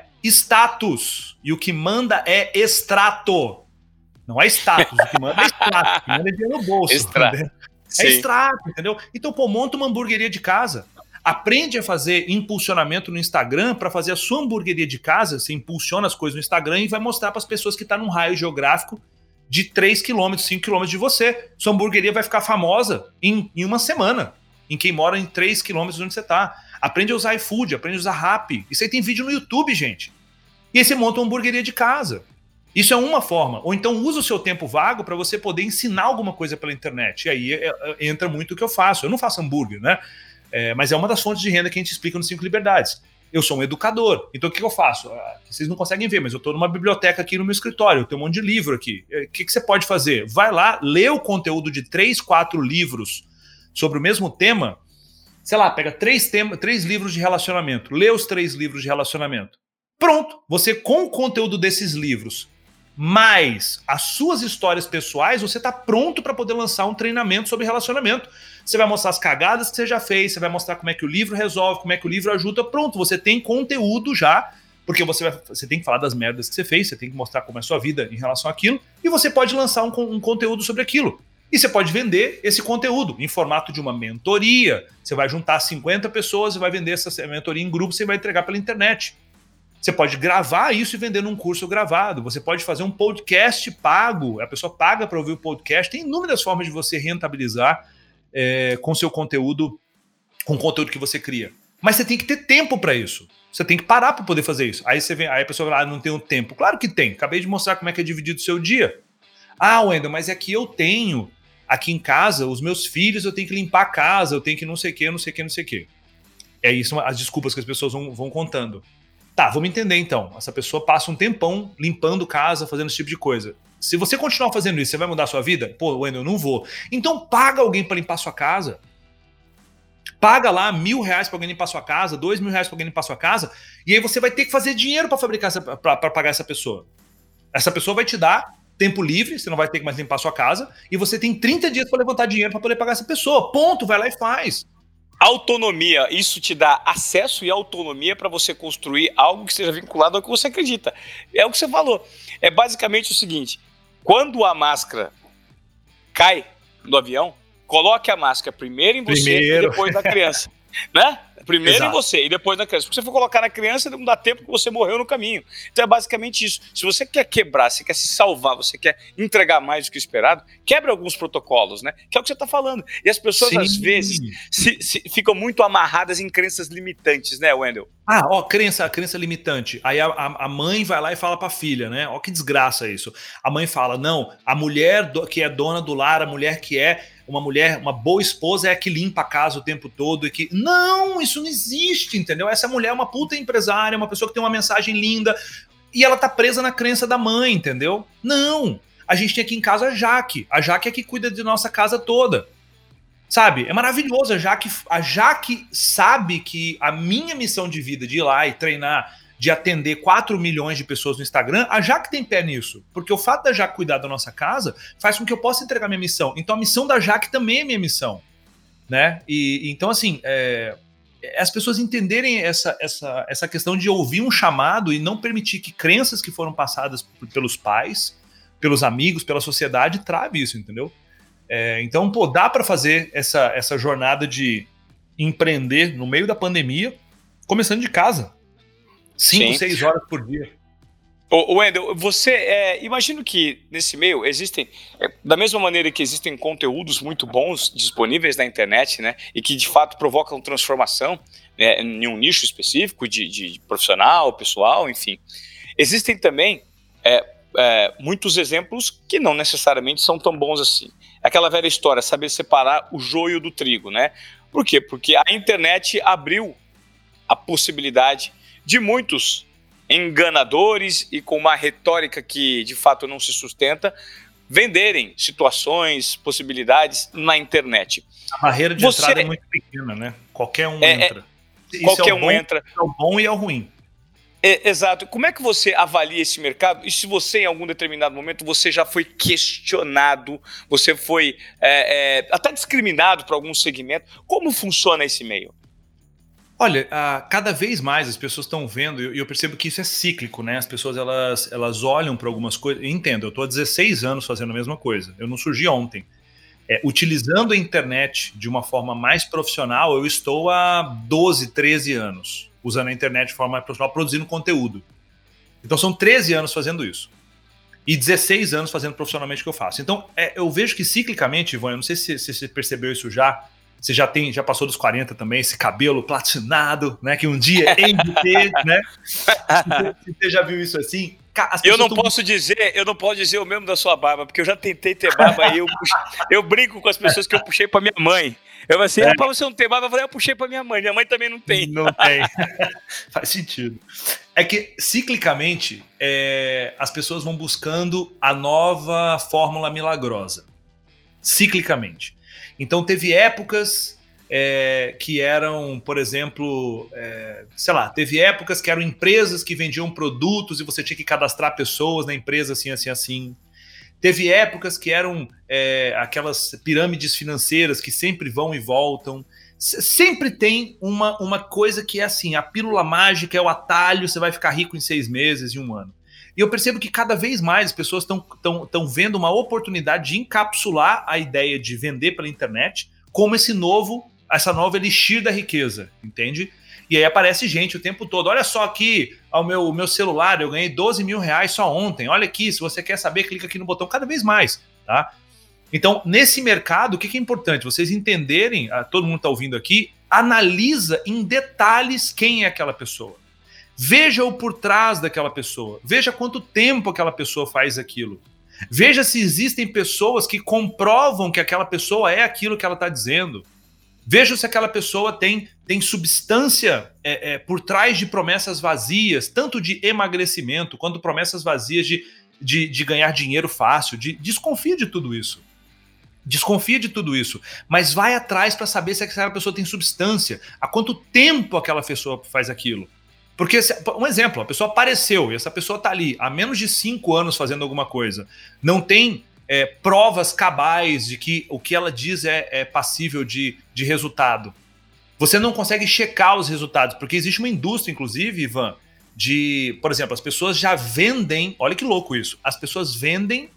status. E o que manda é extrato. Não é status, o que manda é extrato. O que manda é dinheiro no bolso. Extra. É extrato, entendeu? Então, pô, monta uma hamburgueria de casa. Aprende a fazer impulsionamento no Instagram para fazer a sua hamburgueria de casa. Você impulsiona as coisas no Instagram e vai mostrar para as pessoas que estão num raio geográfico de três quilômetros, cinco quilômetros de você. Sua hamburgueria vai ficar famosa em, em uma semana, em quem mora em três quilômetros de onde você está. Aprende a usar iFood, aprende a usar Rappi. Isso aí tem vídeo no YouTube, gente. E aí você monta uma hamburgueria de casa. Isso é uma forma. Ou então usa o seu tempo vago para você poder ensinar alguma coisa pela internet. E aí é, é, entra muito o que eu faço. Eu não faço hambúrguer, né? É, mas é uma das fontes de renda que a gente explica nos Cinco Liberdades. Eu sou um educador. Então o que eu faço? Vocês não conseguem ver, mas eu estou numa biblioteca aqui no meu escritório. Eu tenho um monte de livro aqui. O que, que você pode fazer? Vai lá, lê o conteúdo de três, quatro livros sobre o mesmo tema. Sei lá, pega três, tema, três livros de relacionamento. Lê os três livros de relacionamento. Pronto. Você, com o conteúdo desses livros, mais as suas histórias pessoais, você está pronto para poder lançar um treinamento sobre relacionamento. Você vai mostrar as cagadas que você já fez, você vai mostrar como é que o livro resolve, como é que o livro ajuda. Pronto, você tem conteúdo já, porque você, vai, você tem que falar das merdas que você fez, você tem que mostrar como é a sua vida em relação àquilo, e você pode lançar um, um conteúdo sobre aquilo. E você pode vender esse conteúdo em formato de uma mentoria. Você vai juntar cinquenta pessoas e vai vender essa mentoria em grupo, você vai entregar pela internet. Você pode gravar isso e vender num curso gravado. Você pode fazer um podcast pago. A pessoa paga para ouvir o podcast. Tem inúmeras formas de você rentabilizar é, com seu conteúdo, com o conteúdo que você cria. Mas você tem que ter tempo para isso. Você tem que parar para poder fazer isso. Aí, você vem, aí a pessoa fala, ah, não tenho tempo. Claro que tem. Acabei de mostrar como é que é dividido o seu dia. Ah, Wendel, mas é que eu tenho aqui em casa, os meus filhos, eu tenho que limpar a casa, eu tenho que não sei o que, não sei o que, não sei o que. É isso, as desculpas que as pessoas vão, vão contando. Tá, vamos entender então. Essa pessoa passa um tempão limpando casa, fazendo esse tipo de coisa. Se você continuar fazendo isso, você vai mudar a sua vida? Pô, Wendel, eu não vou. Então paga alguém para limpar sua casa. Paga lá mil reais para alguém limpar sua casa, dois mil reais para alguém limpar sua casa, e aí você vai ter que fazer dinheiro para fabricar para pagar essa pessoa. Essa pessoa vai te dar tempo livre, você não vai ter que mais limpar sua casa, e você tem trinta dias para levantar dinheiro para poder pagar essa pessoa. Ponto, vai lá e faz. Autonomia, isso te dá acesso e autonomia para você construir algo que seja vinculado ao que você acredita. É o que você falou. É basicamente o seguinte: quando a máscara cai do avião, coloque a máscara primeiro em você primeiro. e depois na criança. Né? Primeiro Exato. em você e depois na criança. Porque se você for colocar na criança, não dá tempo que você morreu no caminho. Então é basicamente isso. Se você quer quebrar, você quer se salvar, você quer entregar mais do que o esperado, quebre alguns protocolos, né? Que é o que você está falando. E as pessoas, Sim. às vezes, se, se, ficam muito amarradas em crenças limitantes, né, Wendel? Ah, ó, crença, crença limitante. Aí a, a mãe vai lá e fala pra filha, né? Ó, que desgraça isso. A mãe fala, não, a mulher do, que é dona do lar, a mulher que é uma mulher, uma boa esposa é a que limpa a casa o tempo todo e que... Não, isso não existe, entendeu? Essa mulher é uma puta empresária, uma pessoa que tem uma mensagem linda e ela tá presa na crença da mãe, entendeu? Não, a gente tem aqui em casa a Jaque. A Jaque é que cuida de nossa casa toda. Sabe? É maravilhoso. A Jaque, a Jaque sabe que a minha missão de vida de ir lá e treinar, de atender quatro milhões de pessoas no Instagram, a Jaque tem pé nisso. Porque o fato da Jaque cuidar da nossa casa faz com que eu possa entregar minha missão. Então a missão da Jaque também é minha missão. Né? E, então, assim, é, as pessoas entenderem essa, essa, essa questão de ouvir um chamado e não permitir que crenças que foram passadas pelos pais, pelos amigos, pela sociedade, trave isso, entendeu? É, então, pô, dá para fazer essa, essa jornada de empreender no meio da pandemia, começando de casa. Cinco, Sim. seis horas por dia. Ô, Wendel, você, é, imagino que nesse meio existem, é, da mesma maneira que existem conteúdos muito bons disponíveis na internet, né, e que de fato provocam transformação, né, em um nicho específico de, de profissional, pessoal, enfim. Existem também é, é, muitos exemplos que não necessariamente são tão bons assim. Aquela velha história, saber separar o joio do trigo, né? Por quê? Porque a internet abriu a possibilidade de muitos enganadores e com uma retórica que de fato não se sustenta, venderem situações, possibilidades na internet. A barreira de Você... entrada é muito pequena, né? Qualquer um é, entra. É, qualquer é um bom, entra. É o bom e é o ruim. É, exato. Como é que você avalia esse mercado? E se você, em algum determinado momento, você já foi questionado, você foi é, é, até discriminado por algum segmento? Como funciona esse meio? Olha, a, cada vez mais as pessoas estão vendo, e eu, eu percebo que isso é cíclico, né? As pessoas elas, elas olham para algumas coisas. Entendo, eu estou há dezesseis anos fazendo a mesma coisa. Eu não surgi ontem. É, utilizando a internet de uma forma mais profissional, eu estou há doze, treze anos usando a internet de forma mais profissional, produzindo conteúdo. Então são treze anos fazendo isso. E dezesseis anos fazendo profissionalmente o que eu faço. Então é, eu vejo que ciclicamente, Ivan, eu não sei se, se você percebeu isso já, você já tem, já passou dos quarenta também, esse cabelo platinado, né? Que um dia é de ter, né? Se você já viu isso assim? Eu não tão... posso dizer, eu não posso dizer o mesmo da sua barba, porque eu já tentei ter barba e eu, eu brinco com as pessoas que eu puxei pra minha mãe. Eu falei assim, é. ah, pra você não ter barba, eu falei, eu puxei pra minha mãe, minha mãe também não tem. Não tem. Faz sentido. É que, ciclicamente, é, as pessoas vão buscando a nova fórmula milagrosa. Ciclicamente. Então, teve épocas é, que eram, por exemplo, é, sei lá, teve épocas que eram empresas que vendiam produtos e você tinha que cadastrar pessoas na empresa assim, assim, assim. Teve épocas que eram é, aquelas pirâmides financeiras que sempre vão e voltam. S- sempre tem uma, uma coisa que é assim, a pílula mágica é o atalho, você vai ficar rico em seis meses, em um ano. E eu percebo que cada vez mais as pessoas estão vendo uma oportunidade de encapsular a ideia de vender pela internet como esse novo, essa nova elixir da riqueza, entende? E aí aparece gente o tempo todo. Olha só aqui, ao meu, meu celular, eu ganhei doze mil reais só ontem. Olha aqui, se você quer saber, clica aqui no botão cada vez mais, tá? Então, nesse mercado, o que, que é importante? Vocês entenderem, todo mundo está ouvindo aqui, analisa em detalhes quem é aquela pessoa. Veja o por trás daquela pessoa. Veja quanto tempo aquela pessoa faz aquilo. Veja se existem pessoas que comprovam que aquela pessoa é aquilo que ela está dizendo. Veja se aquela pessoa tem, tem substância é, é, por trás de promessas vazias, tanto de emagrecimento, quanto promessas vazias de, de, de ganhar dinheiro fácil. De, desconfia de tudo isso. Desconfia de tudo isso. Mas vai atrás para saber se aquela pessoa tem substância. Há quanto tempo aquela pessoa faz aquilo. Porque, um exemplo, a pessoa apareceu e essa pessoa está ali há menos de cinco anos fazendo alguma coisa. Não tem... É, provas cabais de que o que ela diz é, é passível de, de resultado. Você não consegue checar os resultados, porque existe uma indústria, inclusive, Ivan, de, por exemplo, as pessoas já vendem, olha que louco isso, as pessoas vendem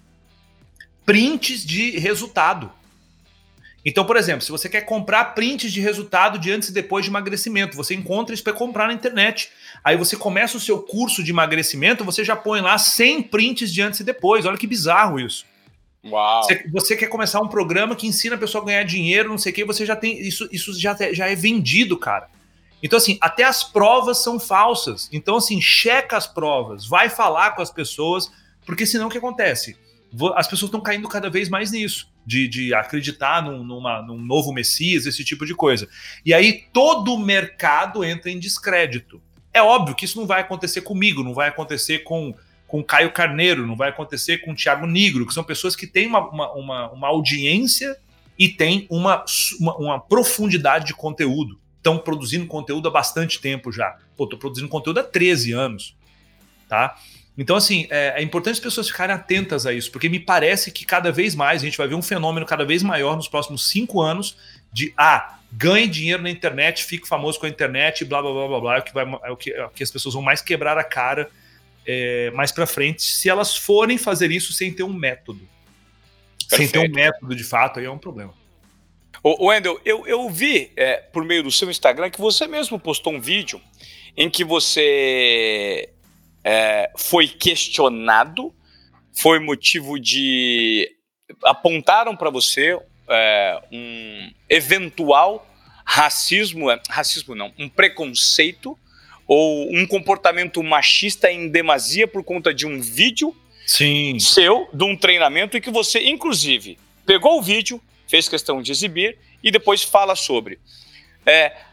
prints de resultado. Então, por exemplo, se você quer comprar prints de resultado de antes e depois de emagrecimento, você encontra isso para comprar na internet. Aí você começa o seu curso de emagrecimento, você já põe lá cem prints de antes e depois. Olha que bizarro isso. Uau. Você, você quer começar um programa que ensina a pessoa a ganhar dinheiro, não sei o que, você já tem. Isso, isso já, já é vendido, cara. Então, assim, até as provas são falsas. Então, assim, checa as provas, vai falar com as pessoas, porque senão o que acontece? As pessoas estão caindo cada vez mais nisso, de, de acreditar num, numa, num novo Messias, esse tipo de coisa. E aí todo o mercado entra em descrédito. É óbvio que isso não vai acontecer comigo, não vai acontecer com. com Caio Carneiro, não vai acontecer com Thiago Nigro, que são pessoas que têm uma, uma, uma, uma audiência e têm uma, uma, uma profundidade de conteúdo. Estão produzindo conteúdo há bastante tempo já. Pô, estou produzindo conteúdo há treze anos. Tá? Então, assim, é, é importante as pessoas ficarem atentas a isso, porque me parece que cada vez mais a gente vai ver um fenômeno cada vez maior nos próximos cinco anos de, ah, ganhe dinheiro na internet, fique famoso com a internet, blá, blá, blá, blá, blá, é o que, vai, é o que, é o que as pessoas vão mais quebrar a cara É, mais para frente, se elas forem fazer isso sem ter um método. Perfeito. Sem ter um método de fato, aí é um problema. Ô, Wendel, eu, eu vi é, por meio do seu Instagram que você mesmo postou um vídeo em que você é, foi questionado, foi motivo de... apontaram para você é, um eventual racismo, é, racismo não, um preconceito ou um comportamento machista em demasia por conta de um vídeo Sim. seu, de um treinamento, e que você, inclusive, pegou o vídeo, fez questão de exibir e depois fala sobre. É,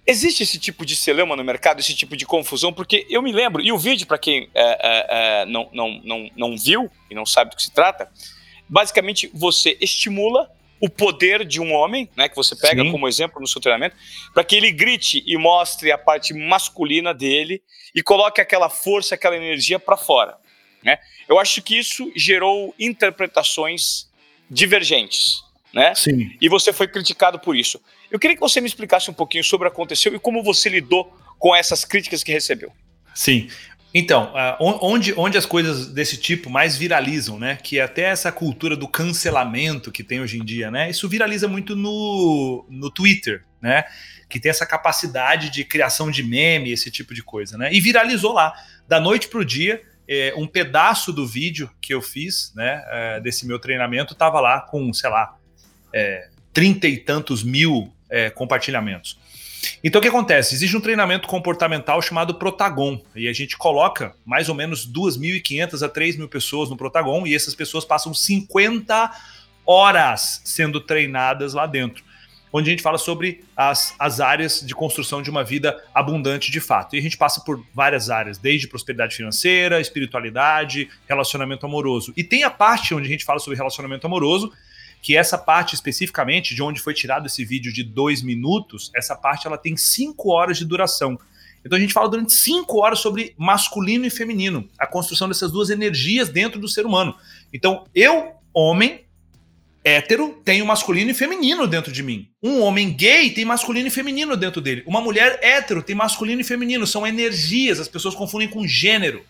Existe esse tipo de celeuma no mercado, esse tipo de confusão? Porque eu me lembro, e o vídeo, para quem é, é, é, não, não, não, não viu e não sabe do que se trata, basicamente você estimula o poder de um homem, né, que você pega Sim. como exemplo no seu treinamento, para que ele grite e mostre a parte masculina dele e coloque aquela força, aquela energia para fora. Né? Eu acho que isso gerou interpretações divergentes. Né? Sim. E você foi criticado por isso. Eu queria que você me explicasse um pouquinho sobre o que aconteceu e como você lidou com essas críticas que recebeu. Sim. Então, uh, onde, onde as coisas desse tipo mais viralizam, né? Que é até essa cultura do cancelamento que tem hoje em dia, né? Isso viraliza muito no, no Twitter, né? Que tem essa capacidade de criação de meme, esse tipo de coisa, né? E viralizou lá, da noite pro dia. É, um pedaço do vídeo que eu fiz, né? É, desse meu treinamento estava lá com, sei lá, É, trinta e tantos mil é, compartilhamentos. Então o que acontece? Existe um treinamento comportamental chamado Protagon, e a gente coloca mais ou menos duas mil e quinhentas a três mil pessoas no Protagon, e essas pessoas passam cinquenta horas sendo treinadas lá dentro, onde a gente fala sobre as, as áreas de construção de uma vida abundante de fato. E a gente passa por várias áreas, desde prosperidade financeira, espiritualidade, relacionamento amoroso. E tem a parte onde a gente fala sobre relacionamento amoroso, que essa parte especificamente, de onde foi tirado esse vídeo de dois minutos, essa parte ela tem cinco horas de duração. Então a gente fala durante cinco horas sobre masculino e feminino, a construção dessas duas energias dentro do ser humano. Então eu, homem, hétero, tenho masculino e feminino dentro de mim. Um homem gay tem masculino e feminino dentro dele. Uma mulher hétero tem masculino e feminino. São energias, as pessoas confundem com gênero.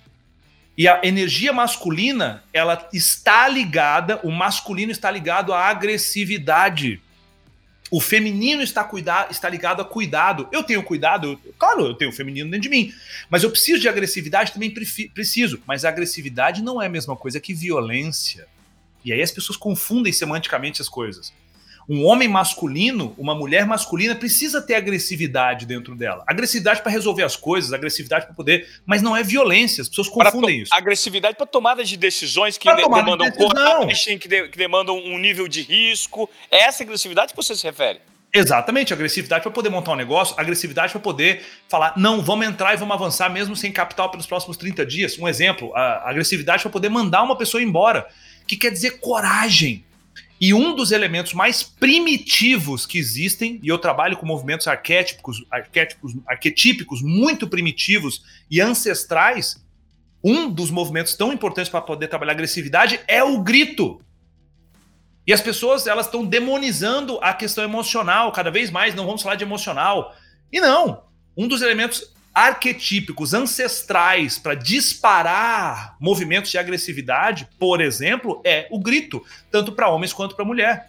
E a energia masculina, ela está ligada, o masculino está ligado à agressividade. O feminino está, cuida, está ligado a cuidado. Eu tenho cuidado, eu, claro, eu tenho o feminino dentro de mim, mas eu preciso de agressividade, também preciso. Mas a agressividade não é a mesma coisa que violência. E aí as pessoas confundem semanticamente as coisas. Um homem masculino, uma mulher masculina precisa ter agressividade dentro dela. Agressividade para resolver as coisas, agressividade para poder... Mas não é violência, as pessoas confundem isso. Agressividade para tomada de decisões que de, demandam de coragem, que, de, que demandam um nível de risco. É essa agressividade que você se refere? Exatamente, agressividade para poder montar um negócio, agressividade para poder falar, não, vamos entrar e vamos avançar mesmo sem capital pelos próximos trinta dias. Um exemplo, a agressividade para poder mandar uma pessoa embora, que quer dizer coragem. E um dos elementos mais primitivos que existem, e eu trabalho com movimentos arquétipos, arquétipos, arquetípicos muito primitivos e ancestrais, um dos movimentos tão importantes para poder trabalhar agressividade é o grito. E as pessoas elas estão demonizando a questão emocional cada vez mais, não vamos falar de emocional. E não, um dos elementos arquetípicos, ancestrais para disparar movimentos de agressividade, por exemplo, é o grito, tanto para homens quanto para mulher.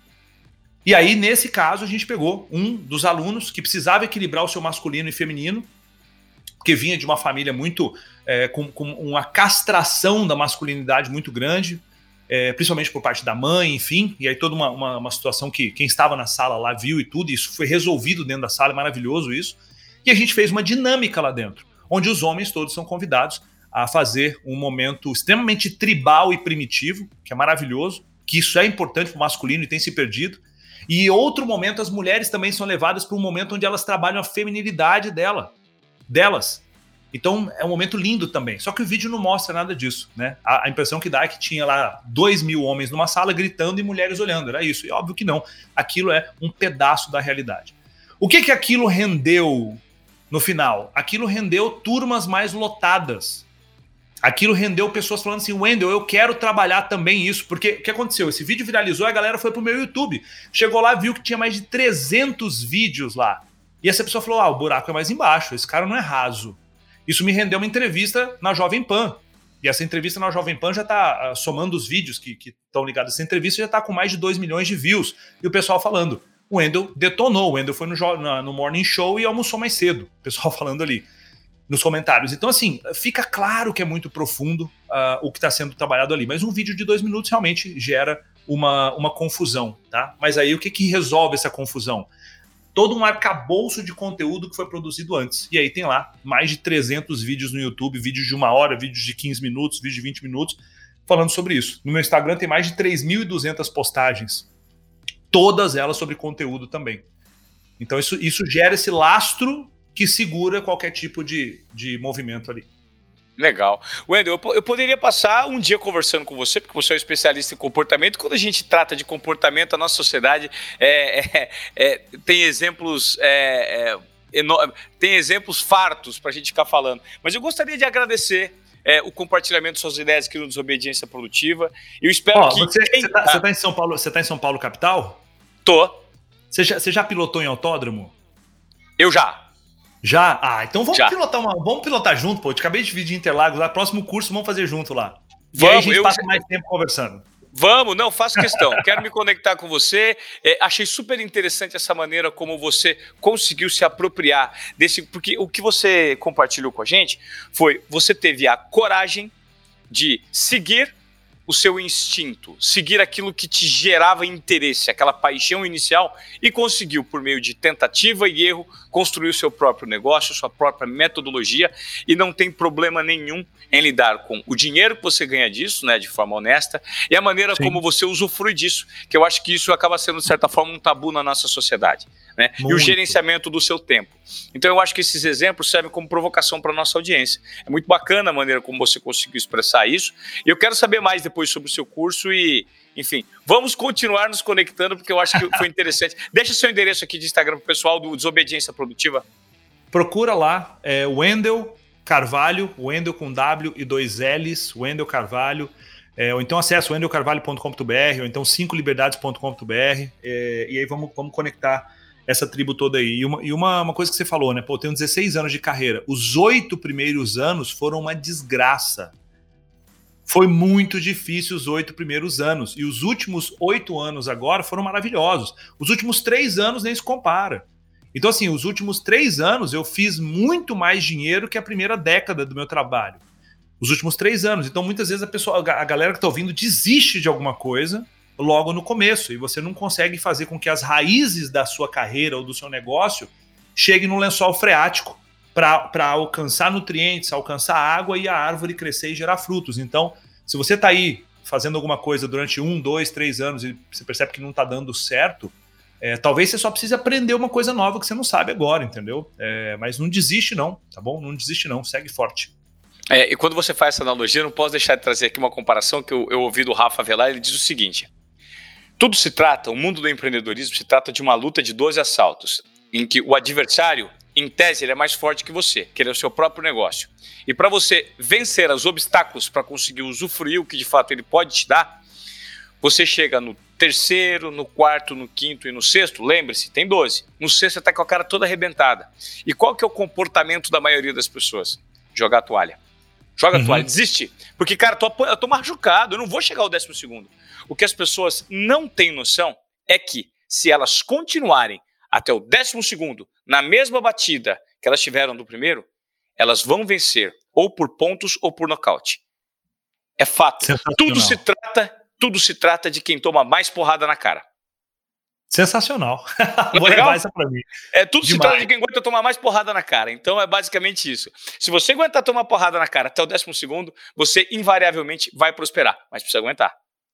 E aí, nesse caso, a gente pegou um dos alunos que precisava equilibrar o seu masculino e feminino, porque vinha de uma família muito é, com, com uma castração da masculinidade muito grande, é, principalmente por parte da mãe, enfim, e aí toda uma, uma, uma situação que quem estava na sala lá viu e tudo, e isso foi resolvido dentro da sala, é maravilhoso isso. E a gente fez uma dinâmica lá dentro, onde os homens todos são convidados a fazer um momento extremamente tribal e primitivo, que é maravilhoso, que isso é importante para o masculino e tem se perdido. E outro momento, as mulheres também são levadas para um momento onde elas trabalham a feminilidade dela, delas. Então é um momento lindo também. Só que o vídeo não mostra nada disso, né? A, a impressão que dá é que tinha lá dois mil homens numa sala gritando e mulheres olhando. Era isso. E óbvio que não. Aquilo é um pedaço da realidade. O que que aquilo rendeu no final? Aquilo rendeu turmas mais lotadas. Aquilo rendeu pessoas falando assim, Wendel, eu quero trabalhar também isso. Porque o que aconteceu? Esse vídeo viralizou e a galera foi pro meu YouTube. Chegou lá, viu que tinha mais de trezentos vídeos lá. E essa pessoa falou, ah, o buraco é mais embaixo, esse cara não é raso. Isso me rendeu uma entrevista na Jovem Pan. E essa entrevista na Jovem Pan já está, uh, somando os vídeos que estão ligados a essa entrevista, já está com mais de dois milhões de views. E o pessoal falando, o Wendel detonou, o Wendel foi no, no, no Morning Show e almoçou mais cedo. O pessoal falando ali nos comentários. Então, assim, fica claro que é muito profundo uh, o que está sendo trabalhado ali. Mas um vídeo de dois minutos realmente gera uma, uma confusão, tá? Mas aí o que, que resolve essa confusão? Todo um arcabouço de conteúdo que foi produzido antes. E aí tem lá mais de trezentos vídeos no YouTube, vídeos de uma hora, vídeos de quinze minutos, vídeos de vinte minutos, falando sobre isso. No meu Instagram tem mais de três mil e duzentas postagens. Todas elas sobre conteúdo também. Então isso, isso gera esse lastro que segura qualquer tipo de, de movimento ali. Legal. Wendel, eu, eu poderia passar um dia conversando com você, porque você é um especialista em comportamento. Quando a gente trata de comportamento, a nossa sociedade é, é, é, tem exemplos é, é, eno- tem exemplos fartos para a gente ficar falando. Mas eu gostaria de agradecer é, o compartilhamento de suas ideias aqui no Desobediência Produtiva. Eu espero Ó, que... você quem... está ah, tá em São Paulo, você tá em São Paulo capital? tô. Você já, você já pilotou em autódromo? Eu já. Já? Ah, então vamos Já. pilotar uma, vamos pilotar junto, pô. Eu te acabei de dividir Interlagos lá, próximo curso vamos fazer junto lá. E Vamos, aí a gente eu- passa mais tempo conversando. Vamos, não, faço questão. Quero me conectar com você. É, achei super interessante essa maneira como você conseguiu se apropriar desse. Porque o que você compartilhou com a gente foi: você teve a coragem de seguir o seu instinto, seguir aquilo que te gerava interesse, aquela paixão inicial, e conseguiu, por meio de tentativa e erro, construir o seu próprio negócio, sua própria metodologia, e não tem problema nenhum em lidar com o dinheiro que você ganha disso, né, de forma honesta, e a maneira Sim. como você usufrui disso, que eu acho que isso acaba sendo, de certa forma, um tabu na nossa sociedade, né? E o Muito. gerenciamento do seu tempo. Então eu acho que esses exemplos servem como provocação para a nossa audiência. É muito bacana a maneira como você conseguiu expressar isso, e eu quero saber mais depois sobre o seu curso e, enfim, vamos continuar nos conectando, porque eu acho que foi interessante. Deixa seu endereço aqui de Instagram para o pessoal do Desobediência Produtiva. Procura lá, é Wendel Carvalho, Wendel com W e dois L's, Wendel Carvalho, é, ou então acessa wendel carvalho ponto com ponto b r, ou então cinco liberdades ponto com ponto b r, é, e aí vamos, vamos conectar essa tribo toda aí. E, uma, e uma, uma coisa que você falou, né? Pô, eu tenho dezesseis anos de carreira. Os oito primeiros anos foram uma desgraça. Foi muito difícil os oito primeiros anos. E os últimos oito anos agora foram maravilhosos. Os últimos três anos nem se compara. Então, assim, os últimos três anos eu fiz muito mais dinheiro que a primeira década do meu trabalho. Os últimos três anos. Então, muitas vezes a pessoa, a galera que está ouvindo desiste de alguma coisa logo no começo. E você não consegue fazer com que as raízes da sua carreira ou do seu negócio cheguem no lençol freático para alcançar nutrientes, alcançar água e a árvore crescer e gerar frutos. Então, se você está aí fazendo alguma coisa durante um, dois, três anos e você percebe que não está dando certo, é, talvez você só precise aprender uma coisa nova que você não sabe agora, entendeu? É, mas não desiste não, tá bom? Não desiste não, segue forte. É, e quando você faz essa analogia, eu não posso deixar de trazer aqui uma comparação que eu, eu ouvi do Rafa Velar. Ele diz o seguinte: tudo se trata, o mundo do empreendedorismo se trata de uma luta de doze assaltos, em que o adversário, em tese, ele é mais forte que você, que ele é o seu próprio negócio. E para você vencer os obstáculos para conseguir usufruir o que de fato ele pode te dar, você chega no terceiro, no quarto, no quinto e no sexto, lembre-se, tem doze. No sexto você está com a cara toda arrebentada. E qual que é o comportamento da maioria das pessoas? Jogar a toalha. Joga a Uhum. toalha, desiste. Porque, cara, eu tô, eu tô machucado, eu não vou chegar ao décimo segundo. O que as pessoas não têm noção é que, se elas continuarem até o décimo segundo, na mesma batida que elas tiveram do primeiro, elas vão vencer ou por pontos ou por nocaute. É fato. Tudo se trata, tudo se trata de quem toma mais porrada na cara. Sensacional. Vou Legal? levar essa pra mim. É, tudo se Demais. trata de quem aguenta tomar mais porrada na cara. Então é basicamente isso. Se você aguentar tomar porrada na cara até o décimo segundo, você invariavelmente vai prosperar. Mas precisa aguentar.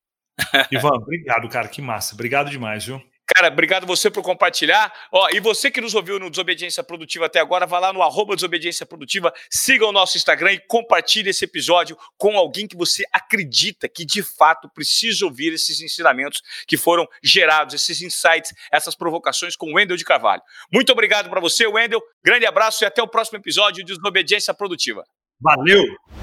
Ivan, obrigado, cara. Que massa. Obrigado demais, viu? Cara, obrigado você por compartilhar. Ó, e você que nos ouviu no Desobediência Produtiva até agora, vá lá no arroba Desobediência Produtiva, siga o nosso Instagram e compartilhe esse episódio com alguém que você acredita que de fato precisa ouvir esses ensinamentos que foram gerados, esses insights, essas provocações com o Wendel de Carvalho. Muito obrigado para você, Wendel. Grande abraço e até o próximo episódio de Desobediência Produtiva. Valeu!